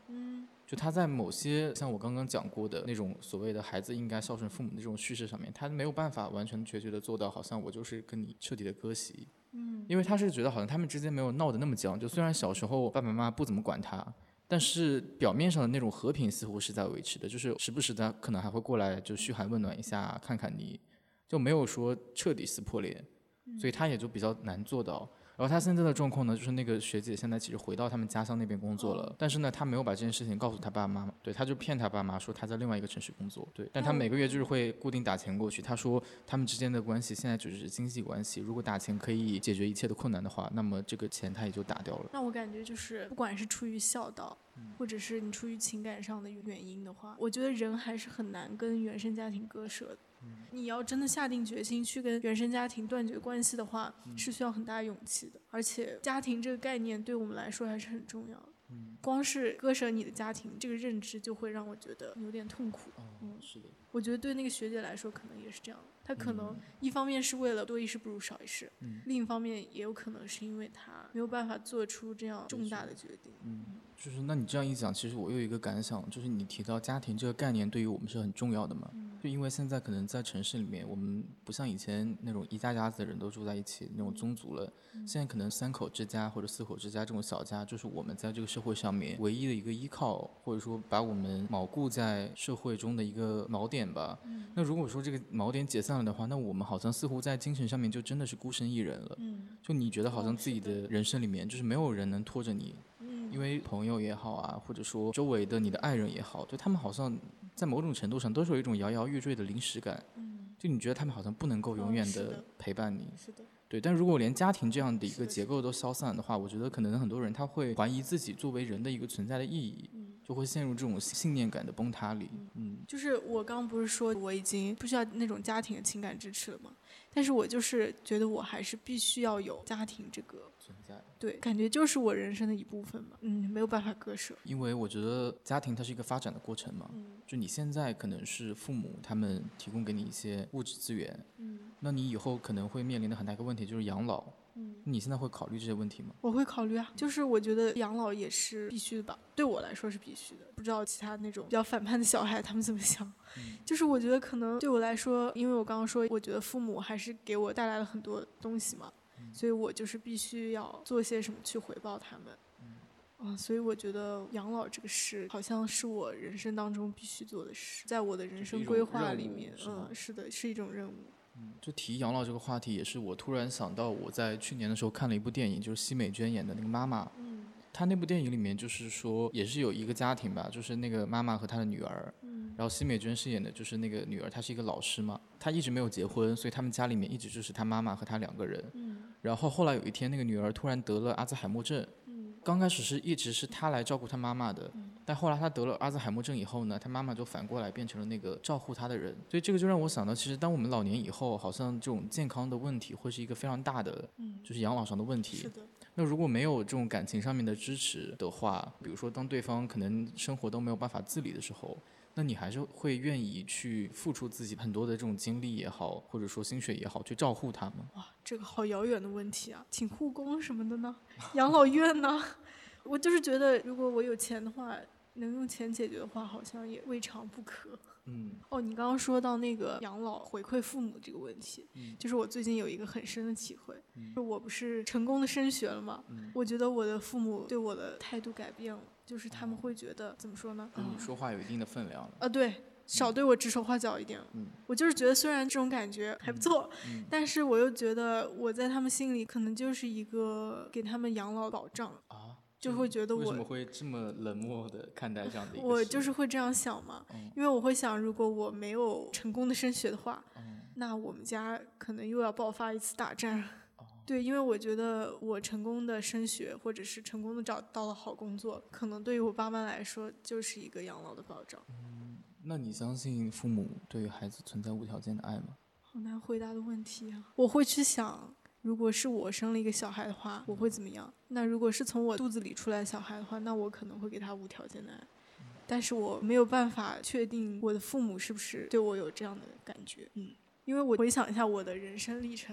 就他在某些像我刚刚讲过的那种所谓的孩子应该孝顺父母的这种叙事上面，他没有办法完全决绝的做到好像我就是跟你彻底的割席，因为他是觉得好像他们之间没有闹得那么僵，就虽然小时候爸爸妈妈不怎么管他，但是表面上的那种和平似乎是在维持的，就是时不时的可能还会过来就嘘寒问暖一下，看看你，就没有说彻底撕破脸，所以他也就比较难做到。然后他现在的状况呢，就是那个学姐现在其实回到他们家乡那边工作了，但是呢，他没有把这件事情告诉他爸妈，对，他就骗他爸妈说他在另外一个城市工作，对，但他每个月就是会固定打钱过去。他说他们之间的关系现在只是经济关系，如果打钱可以解决一切的困难的话，那么这个钱他也就打掉了。
那我感觉就是不管是出于孝道，或者是你出于情感上的原因的话，我觉得人还是很难跟原生家庭割舍的。你要真的下定决心去跟原生家庭断绝关系的话，是需要很大勇气的。而且家庭这个概念对我们来说还是很重要的。光是割舍你的家庭这个认知就会让我觉得有点痛苦。
是的，
我觉得对那个学姐来说可能也是这样，她可能一方面是为了多一事不如少一事，另一方面也有可能是因为她没有办法做出这样重大的决定。
就是那你这样一讲，其实我有一个感想，就是你提到家庭这个概念对于我们是很重要的嘛，就因为现在可能在城市里面，我们不像以前那种一家家子的人都住在一起那种宗族了，现在可能3口之家或者4口之家这种小家，就是我们在这个社会上面唯一的一个依靠，或者说把我们锚固在社会中的一个锚点吧。那如果说这个锚点解散了的话，那我们好像似乎在精神上面就真的是孤身一人了。就你觉得好像自己的人生里面就是没有人能拖着你。因为朋友也好啊，或者说周围的你的爱人也好，就他们好像在某种程度上都是有一种摇摇欲坠的临时感。就你觉得他们好像不能够永远的陪伴你。
是的。
对，但如果连家庭这样的一个结构都消散的话，我觉得可能很多人他会怀疑自己作为人的一个存在的意义，就会陷入这种信念感的崩塌里。
就是我刚不是说我已经不需要那种家庭的情感支持了吗？但是我就是觉得我还是必须要有家庭这个
存在。
对，感觉就是我人生的一部分嘛，没有办法割舍。
因为我觉得家庭它是一个发展的过程嘛，就你现在可能是父母他们提供给你一些物质资源，那你以后可能会面临的很大一个问题就是养老。你现在会考虑这些问题吗？
我会考虑啊，就是我觉得养老也是必须的吧，对我来说是必须的。不知道其他那种比较反叛的小孩他们怎么想。就是我觉得可能对我来说，因为我刚刚说，我觉得父母还是给我带来了很多东西嘛，所以我就是必须要做些什么去回报他们。所以我觉得养老这个事好像是我人生当中必须做的事，在我的人生规划里面，是的，是一种任务。
就提养老这个话题，也是我突然想到，我在去年的时候看了一部电影，就是奚美娟演的那个《妈妈》。她那部电影里面就是说，也是有一个家庭吧，就是那个妈妈和她的女儿。然后奚美娟饰演的就是那个女儿，她是一个老师嘛，她一直没有结婚，所以他们家里面一直就是她妈妈和她2个人。然后后来有一天，那个女儿突然得了阿兹海默症。刚开始是一直是她来照顾她妈妈的，但后来她得了阿兹海默症以后呢，她妈妈就反过来变成了那个照顾她的人。所以这个就让我想到，其实当我们老年以后，好像这种健康的问题会是一个非常大的，就是养老上的问题。
是的。
那如果没有这种感情上面的支持的话，比如说当对方可能生活都没有办法自理的时候，那你还是会愿意去付出自己很多的这种精力也好，或者说心血也好，去照顾他们。
哇，这个好遥远的问题啊！请护工什么的呢？养老院呢？我就是觉得，如果我有钱的话，能用钱解决的话，好像也未尝不可。你刚刚说到那个养老回馈父母这个问题，就是我最近有一个很深的体会。我不是成功的升学了吗？我觉得我的父母对我的态度改变了，就是他们会觉得怎么说呢？
你说话有一定的分量了。
对。少对我指手画脚一点。我就是觉得虽然这种感觉还不错，但是我又觉得我在他们心里可能就是一个给他们养老保障
啊，
就会觉得我
为什么会这么冷漠的看待这样的一个事？
我就是会这样想嘛，因为我会想，如果我没有成功的升学的话，那我们家可能又要爆发一次大战。对，因为我觉得我成功的升学，或者是成功的找到了好工作，可能对于我爸妈来说就是一个养老的保障。
那你相信父母对于孩子存在无条件的爱吗？
好难回答的问题啊！我会去想，如果是我生了一个小孩的话，我会怎么样？那如果是从我肚子里出来的小孩的话，那我可能会给他无条件的爱。但是我没有办法确定我的父母是不是对我有这样的感觉。因为我回想一下我的人生历程，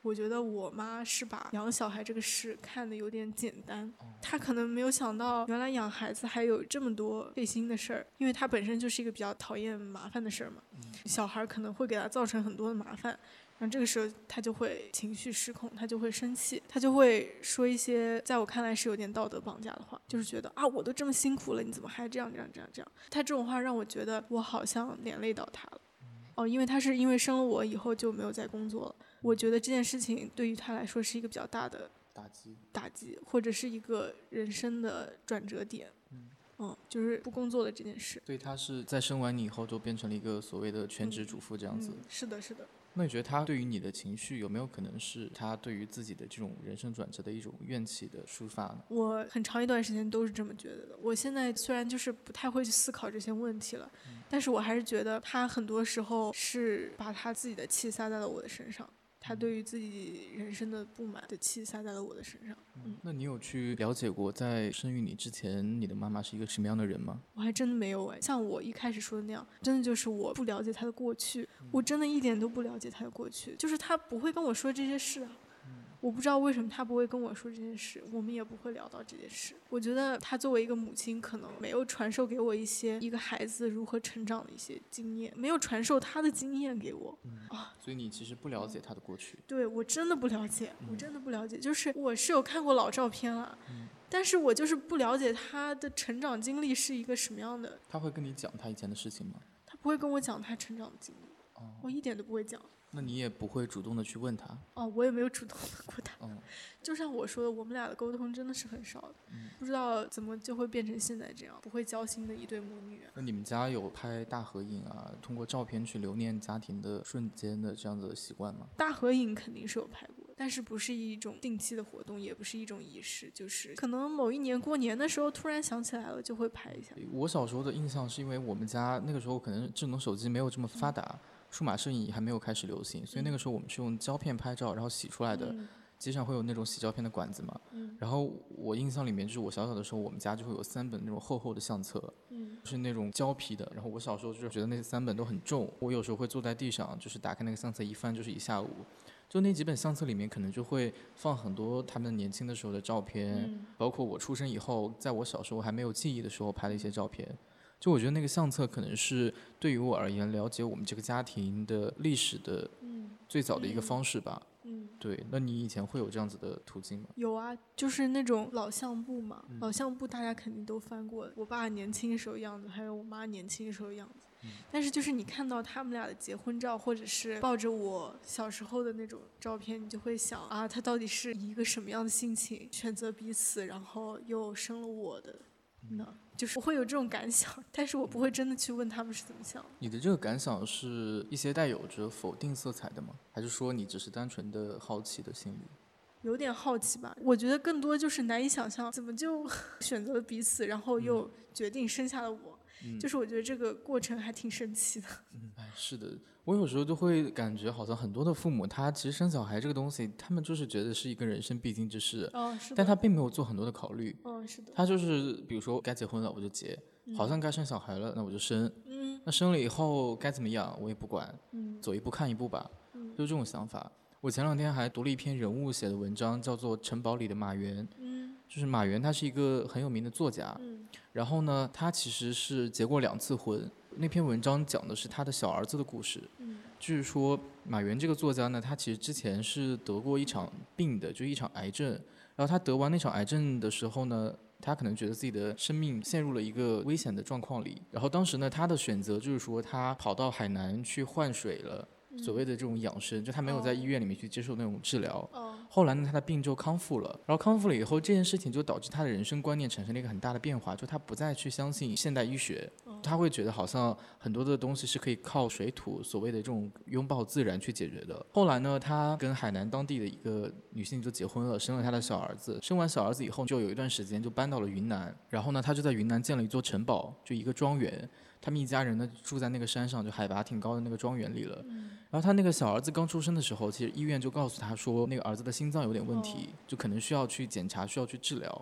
我觉得我妈是把养小孩这个事看得有点简单，她可能没有想到原来养孩子还有这么多费心的事儿，因为她本身就是一个比较讨厌麻烦的事儿嘛，小孩可能会给她造成很多的麻烦，然后这个时候她就会情绪失控，她就会生气，她就会说一些在我看来是有点道德绑架的话，就是觉得啊我都这么辛苦了，你怎么还这样。她这种话让我觉得我好像连累到她了。因为她是因为生了我以后就没有再工作了，我觉得这件事情对于她来说是一个比较大的打击，或者是一个人生的转折点。就是不工作的这件事。
对，她是在生完你以后就变成了一个所谓的全职主妇这样子。
是的。
那你觉得她对于你的情绪有没有可能是她对于自己的这种人生转折的一种怨气的抒发呢？
我很长一段时间都是这么觉得的。我现在虽然就是不太会去思考这些问题了，但是我还是觉得她很多时候是把她自己的气撒在了我的身上，他对于自己人生的不满的气撒在了我的身上。
那你有去了解过在生育你之前你的妈妈是一个什么样的人吗？
我还真的没有像我一开始说的那样，真的就是我不了解她的过去，我真的一点都不了解她的过去，就是她不会跟我说这些事啊。我不知道为什么她不会跟我说这件事，我们也不会聊到这件事。我觉得她作为一个母亲，可能没有传授给我一个孩子如何成长的一些经验，没有传授她的经验给我。
所以你其实不了解她的过去。
对，我真的不了解，就是我是有看过老照片了，但是我就是不了解她的成长经历是一个什么样的。
她会跟你讲她以前的事情吗？
她不会跟我讲她成长的经历，我一点都不会讲。
那你也不会主动的去问她？
我也没有主动问过她。就像我说的，我们俩的沟通真的是很少的，不知道怎么就会变成现在这样不会交心的一对母女。
那你们家有拍大合影啊，通过照片去留念家庭的瞬间的这样子的习惯吗？
大合影肯定是有拍过，但是不是一种定期的活动，也不是一种仪式，就是可能某一年过年的时候突然想起来了就会拍一下。
我小时候的印象是因为我们家那个时候可能智能手机没有这么发达，数码摄影还没有开始流行，所以那个时候我们是用胶片拍照然后洗出来的，街上会有那种洗照片的管子嘛，然后我印象里面就是我小小的时候我们家就会有3本那种厚厚的相册，是那种胶皮的，然后我小时候就是觉得那3本都很重，我有时候会坐在地上就是打开那个相册一翻就是一下午，就那几本相册里面可能就会放很多他们年轻的时候的照片，包括我出生以后在我小时候还没有记忆的时候拍的一些照片，就我觉得那个相册可能是对于我而言了解我们这个家庭的历史的最早的一个方式吧。对，那你以前会有这样子的途径吗？
有啊，就是那种老相簿嘛，老相簿大家肯定都翻过，我爸年轻时候样子，还有我妈年轻时候样子。但是就是你看到他们俩的结婚照，或者是抱着我小时候的那种照片，你就会想啊，他到底是以一个什么样的心情选择彼此，然后又生了我的呢？就是我会有这种感想，但是我不会真的去问他们是怎么想的。
你的这个感想是一些带有着否定色彩的吗？还是说你只是单纯的好奇的心理？
有点好奇吧，我觉得更多就是难以想象怎么就选择了彼此，然后又决定生下了我。就是我觉得这个过程还挺神奇的。
是的，我有时候就会感觉好像很多的父母他其实生小孩这个东西他们就是觉得是一个人生必经之事，但他并没有做很多的考虑。
是的，
他就是比如说该结婚了我就结，好像该生小孩了那我就生，那生了以后该怎么养我也不管，走一步看一步吧，就这种想法。我前2天还读了一篇人物写的文章，叫做《城堡里的马原》，就是马原他是一个很有名的作家，然后呢他其实是结过2次婚，那篇文章讲的是他的小儿子的故事，就是说马原这个作家呢，他其实之前是得过一场病的，就是一场癌症，然后他得完那场癌症的时候呢，他可能觉得自己的生命陷入了一个危险的状况里，然后当时呢他的选择就是说他跑到海南去换水了，所谓的这种养生，就他没有在医院里面去接受那种治疗，后来呢他的病就康复了，然后康复了以后这件事情就导致他的人生观念产生了一个很大的变化，就他不再去相信现代医学，他会觉得好像很多的东西是可以靠水土所谓的这种拥抱自然去解决的。后来呢他跟海南当地的一个女性就结婚了，生了他的小儿子，生完小儿子以后就有一段时间就搬到了云南，然后呢他就在云南建了一座城堡，就一个庄园，他们一家人呢住在那个山上，就海拔挺高的那个庄园里了。然后他那个小儿子刚出生的时候，其实医院就告诉他说那个儿子的心脏有点问题，就可能需要去检查，需要去治疗。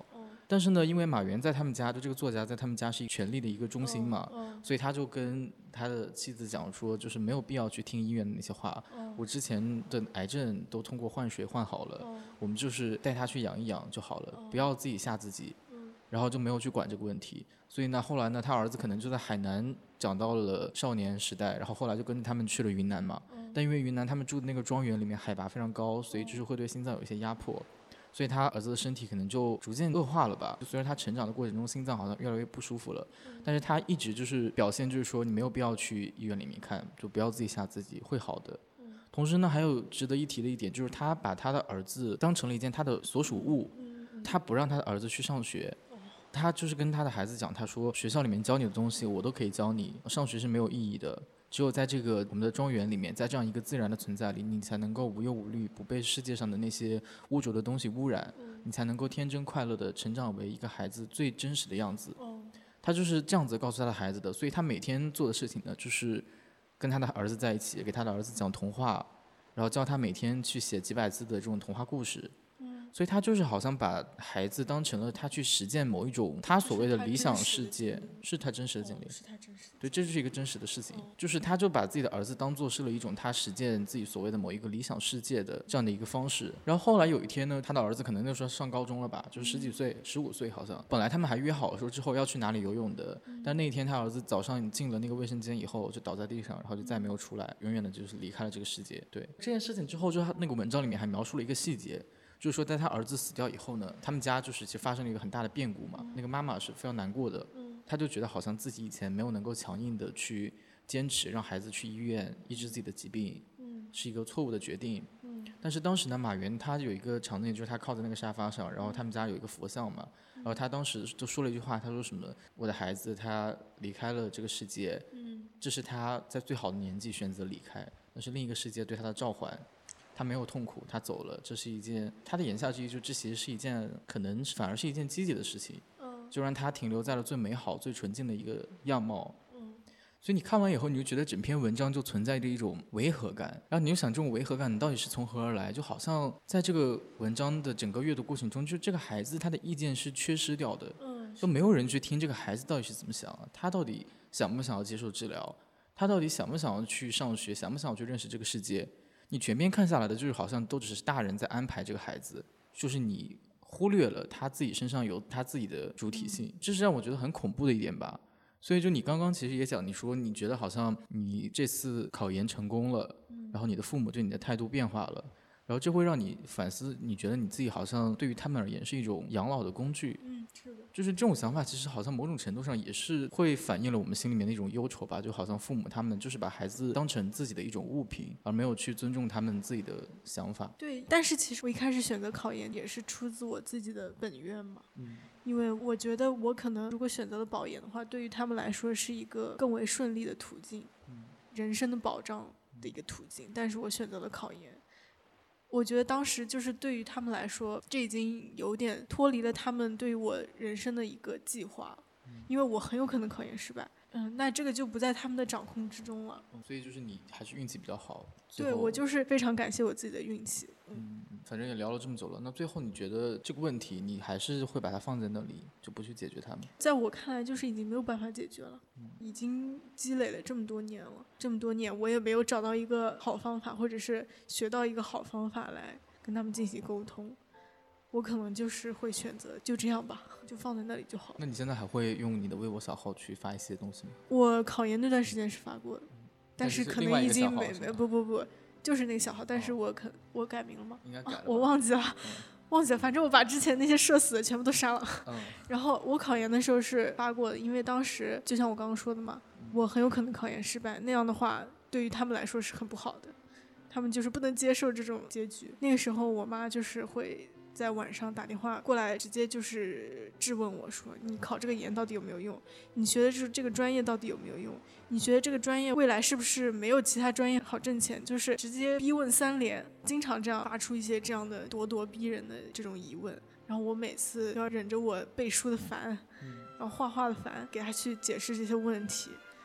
但是呢，因为马原在他们家，就这个作家在他们家是权力的一个中心嘛，所以他就跟他的妻子讲说，就是没有必要去听医院的那些话。我之前的癌症都通过换水换好了，我们就是带他去养一养就好了，不要自己吓自己。然后就没有去管这个问题。所以呢，后来呢，他儿子可能就在海南长到了少年时代，然后后来就跟着他们去了云南嘛。但因为云南他们住的那个庄园里面海拔非常高，所以就是会对心脏有一些压迫。所以他儿子的身体可能就逐渐恶化了吧，就随着他成长的过程中，心脏好像越来越不舒服了。但是他一直就是表现就是说，你没有必要去医院里面看，就不要自己吓自己，会好的。同时呢，还有值得一提的一点，就是他把他的儿子当成了一件他的所属物，他不让他的儿子去上学。他就是跟他的孩子讲，他说学校里面教你的东西我都可以教你，上学是没有意义的，只有在这个我们的庄园里面，在这样一个自然的存在里，你才能够无忧无虑，不被世界上的那些污浊的东西污染，你才能够天真快乐的成长为一个孩子最真实的样子。他就是这样子告诉他的孩子的，所以他每天做的事情呢，就是跟他的儿子在一起，给他的儿子讲童话，然后教他每天去写几百字的这种童话故事。所以他就是好像把孩子当成了他去实践某一种他所谓的理想世界，是他真实的经历，
是他真实的，
对，这就是一个真实的事情，就是他就把自己的儿子当做是了一种他实践自己所谓的某一个理想世界的这样的一个方式。然后后来有一天呢，他的儿子可能那时候上高中了吧，就是十几岁15岁好像，本来他们还约好说之后要去哪里游泳的，但那一天他儿子早上进了那个卫生间以后就倒在地上，然后就再也没有出来，永远的就是离开了这个世界。对这件事情之后，就他那个文章里面还描述了一个细节，就是说在他儿子死掉以后呢，他们家就是其实发生了一个很大的变故嘛，那个妈妈是非常难过的，他就觉得好像自己以前没有能够强硬的去坚持让孩子去医院医治自己的疾病，是一个错误的决定。但是当时呢，马原他有一个场景，就是他靠在那个沙发上，然后他们家有一个佛像嘛，然后他当时就说了一句话，他说什么我的孩子他离开了这个世界，这是他在最好的年纪选择离开，那是另一个世界对他的召唤，他没有痛苦，他走了，这是一件他的言下之意，就这其实是一件可能反而是一件积极的事情，就让他停留在了最美好最纯净的一个样貌。所以你看完以后，你就觉得整篇文章就存在着一种违和感，然后你就想这种违和感到底是从何而来？就好像在这个文章的整个阅读过程中，就这个孩子他的意见是缺失掉的，都没有人去听这个孩子到底是怎么想，他到底想不想要接受治疗，他到底想不想要去上学，想不想要去认识这个世界。你全篇看下来的就是好像都只是大人在安排这个孩子，就是你忽略了他自己身上有他自己的主体性，这是让我觉得很恐怖的一点吧。所以就你刚刚其实也讲，你说你觉得好像你这次考研成功了，然后你的父母对你的态度变化了，然后这会让你反思，你觉得你自己好像对于他们而言是一种养老的工具。
是的，
就是这种想法其实好像某种程度上也是会反映了我们心里面的一种忧愁吧，就好像父母他们就是把孩子当成自己的一种物品，而没有去尊重他们自己的想法。
对，但是其实我一开始选择考研也是出自我自己的本愿嘛，因为我觉得我可能如果选择了保研的话，对于他们来说是一个更为顺利的途径，人生的保障的一个途径，但是我选择了考研。我觉得当时就是对于他们来说，这已经有点脱离了他们对于我人生的一个计划，因为我很有可能考研失败，那这个就不在他们的掌控之中了。
所以就是你还是运气比较好。
对，我就是非常感谢我自己的运气。
反正也聊了这么久了，那最后你觉得这个问题你还是会把它放在那里，就不去解决它吗？
在我看来，就是已经没有办法解决了，已经积累了这么多年了，这么多年我也没有找到一个好方法，或者是学到一个好方法来跟他们进行沟通。我可能就是会选择就这样吧，就放在那里就好了。
那你现在还会用你的微博小号去发一些东西吗？
我考研那段时间是发过的，但是可能已经没不，就是那个小号，但是我改名了吗？
应该改了，
我忘记了。反正我把之前那些社死的全部都删了。然后我考研的时候是发过的，因为当时就像我刚刚说的嘛，我很有可能考研失败，那样的话对于他们来说是很不好的，他们就是不能接受这种结局。那个时候我妈就是会在晚上打电话过来，直接就是质问我说，你考这个研到底有没有用，你学的这个专业到底有没有用，你学的这个专业未来是不是没有其他专业好挣钱，就是直接逼问3连，经常这样发出一些这样的咄咄逼人的这种疑问。然后我每次要忍着我背书的烦，然后画画的烦，给他去解释这些问题。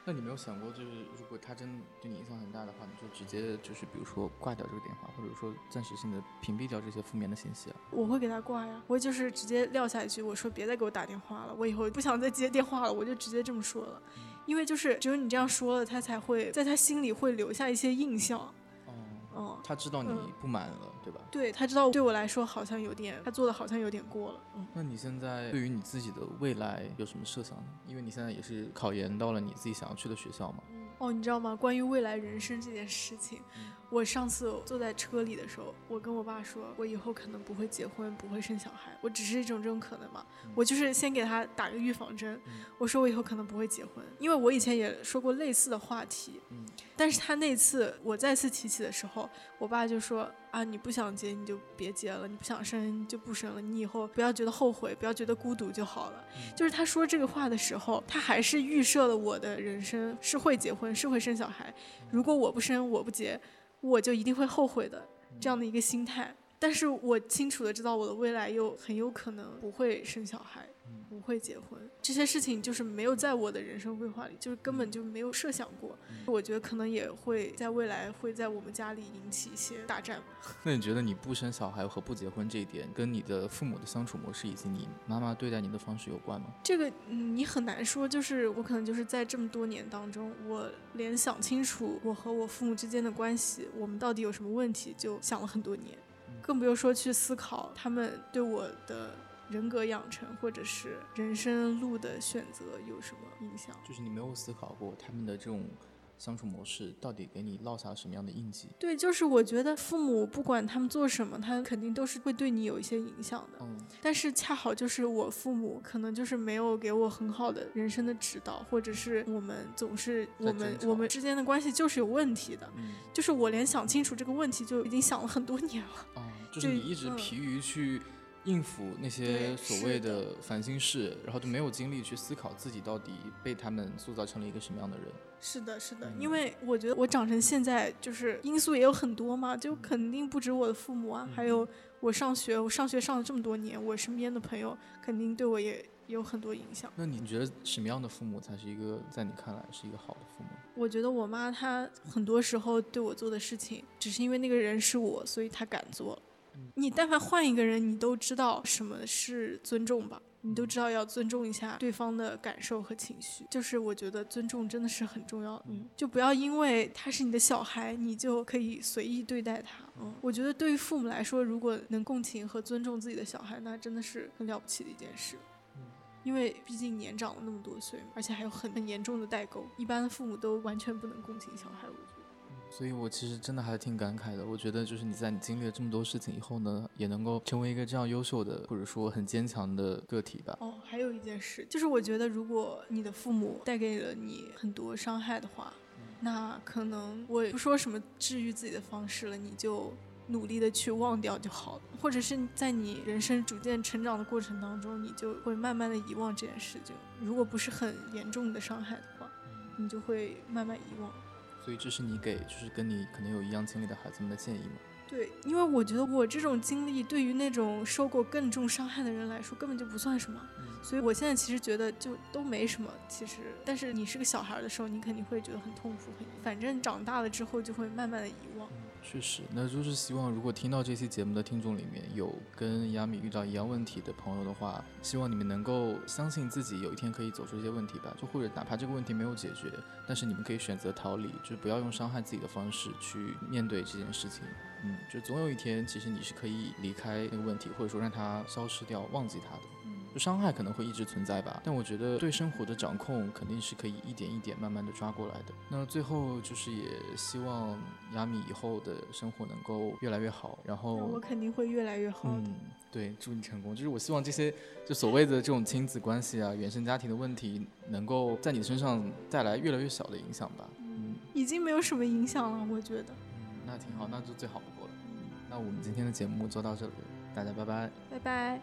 那你没有想过，就是如果他真对你影响很大的话，你就直接就是比如说挂掉这个电话，或者说暂时性的屏蔽掉这些负面的信息啊？
我会给他挂呀，我就是直接撂下一句，我说别再给我打电话了，我以后不想再接电话了，我就直接这么说了。因为就是只有你这样说了，他才会在他心里会留下一些印象。
他知道你不满了，对吧？
对，他知道对我来说好像有点，他做的好像有点过了。
那你现在对于你自己的未来有什么设想呢？因为你现在也是考研到了你自己想要去的学校嘛。
你知道吗？关于未来人生这件事情，我上次坐在车里的时候，我跟我爸说，我以后可能不会结婚，不会生小孩，我只是一种这种可能嘛。我就是先给他打个预防针，我说我以后可能不会结婚，因为我以前也说过类似的话题。但是他那次我再次提起的时候，我爸就说啊，你不想结你就别结了，你不想生就不生了，你以后不要觉得后悔，不要觉得孤独就好了。就是他说这个话的时候，他还是预设了我的人生是会结婚，是会生小孩，如果我不生我不结，我就一定会后悔的，这样的一个心态。但是我清楚的知道我的未来又很有可能不会生小孩，不会结婚，这些事情就是没有在我的人生规划里，就是根本就没有设想过。我觉得可能也会在未来会在我们家里引起一些大战。
那你觉得你不生小孩和不结婚这一点跟你的父母的相处模式以及你妈妈对待你的方式有关吗？
这个你很难说，就是我可能就是在这么多年当中，我连想清楚我和我父母之间的关系，我们到底有什么问题就想了很多年，更不用说去思考他们对我的人格养成或者是人生路的选择有什么影响。
就是你没有思考过他们的这种相处模式到底给你落下了什么样的印记？
对，就是我觉得父母不管他们做什么，他肯定都是会对你有一些影响的。但是恰好就是我父母可能就是没有给我很好的人生的指导，或者是我们总是我们之间的关系就是有问题的。就是我连想清楚这个问题就已经想了很多年了。
就是你一直疲于去应付那些所谓的烦心事，然后就没有精力去思考自己到底被他们塑造成了一个什么样的人。
是的，因为我觉得我长成现在就是因素也有很多嘛，就肯定不止我的父母啊，还有我上学上了这么多年，我身边的朋友肯定对我也有很多影响。
那你觉得什么样的父母才是一个在你看来是一个好的父母？
我觉得我妈她很多时候对我做的事情，只是因为那个人是我，所以她敢做。你但凡换一个人，你都知道什么是尊重吧，你都知道要尊重一下对方的感受和情绪，就是我觉得尊重真的是很重要的。就不要因为他是你的小孩，你就可以随意对待他。我觉得对于父母来说，如果能共情和尊重自己的小孩，那真的是很了不起的一件事。因为毕竟年长了那么多岁，而且还有很严重的代沟，一般的父母都完全不能共情小孩，我觉得。
所以我其实真的还挺感慨的，我觉得就是你在你经历了这么多事情以后呢，也能够成为一个这样优秀的或者说很坚强的个体吧。
还有一件事，就是我觉得如果你的父母带给了你很多伤害的话，那可能我也不说什么治愈自己的方式了，你就努力的去忘掉就好了，或者是在你人生逐渐成长的过程当中，你就会慢慢的遗忘这件事，就如果不是很严重的伤害的话，你就会慢慢遗忘。
所以这是你给就是跟你可能有一样经历的孩子们的建议吗？
对，因为我觉得我这种经历对于那种受过更重伤害的人来说根本就不算什么，所以我现在其实觉得就都没什么，其实但是你是个小孩的时候，你肯定会觉得很痛苦，反正长大了之后就会慢慢的遗忘。
确实，那就是希望如果听到这期节目的听众里面有跟亚米遇到一样问题的朋友的话，希望你们能够相信自己有一天可以走出这些问题吧，就或者哪怕这个问题没有解决，但是你们可以选择逃离，就是不要用伤害自己的方式去面对这件事情。就总有一天其实你是可以离开那个问题，或者说让它消失掉，忘记它的。就伤害可能会一直存在吧，但我觉得对生活的掌控肯定是可以一点一点慢慢的抓过来的。那最后就是也希望亚米以后的生活能够越来越好，然后
我肯定会越来越好的。
对，祝你成功。就是我希望这些就所谓的这种亲子关系啊、原生家庭的问题，能够在你身上带来越来越小的影响吧。
已经没有什么影响了，我觉得。
那挺好，那就最好不过了。那我们今天的节目就到这里，大家拜拜。
拜拜。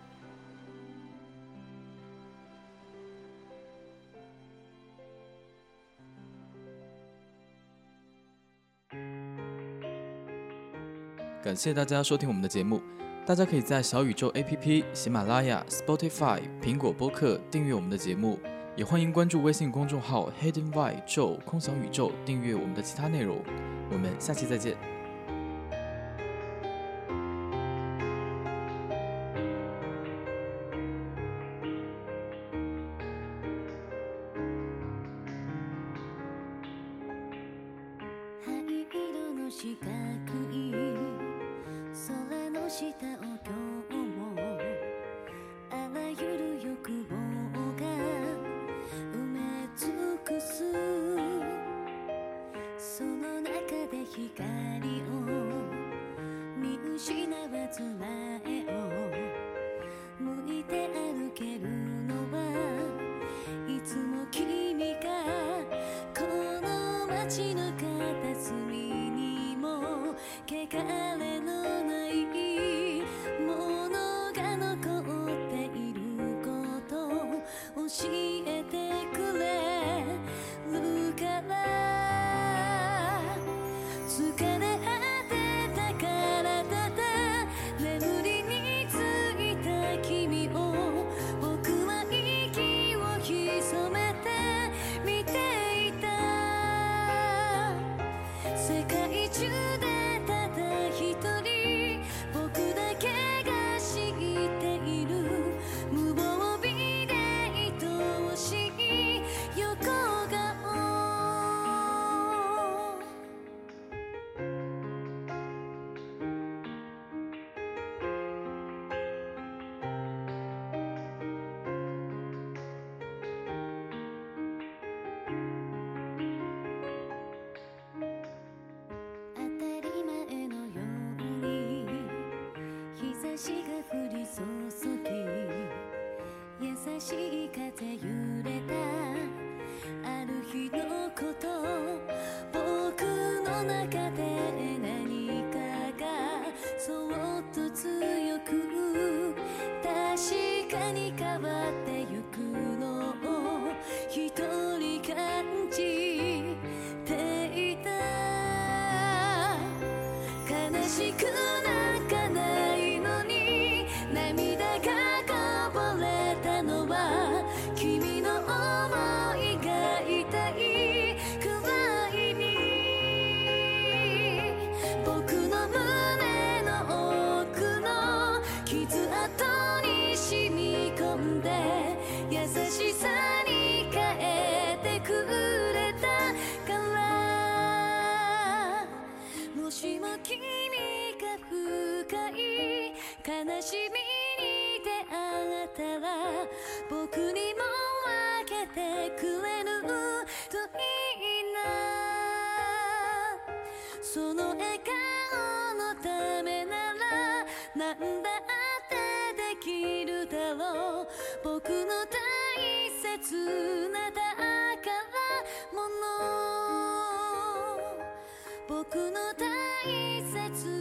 感谢大家收听我们的节目，大家可以在小宇宙 APP、喜马拉雅、Spotify、苹果播客订阅我们的节目， 也欢迎关注微信公众号 Hidden Vibe 宙空想宇宙，订阅我们的其他内容。我们下期再见。
四角い空の下を今日もあらゆる欲望が埋め尽くすその中で光を見失わず前を向いて歩けるのはいつも君がこの街の片隅汚れのないものが残っていることを教えてくれるから疲れ果てた体だ眠りについた君を僕は息を潜めて見ていた世界中で日が降り注ぎ優しい風揺れたある日のこと僕の中で何かがそっと強く確かに変わってゆくのを一人感じていた悲しくなんかない涙がこぼれたのは君の想いが痛いくらいに僕の胸の奥の傷跡に染み込んで優しさに変えてくれたからもしも君が深い悲しみに出会ったら僕にも分けてくれるといいなその笑顔のためなら何だってできるだろう僕の大切な宝物僕の大切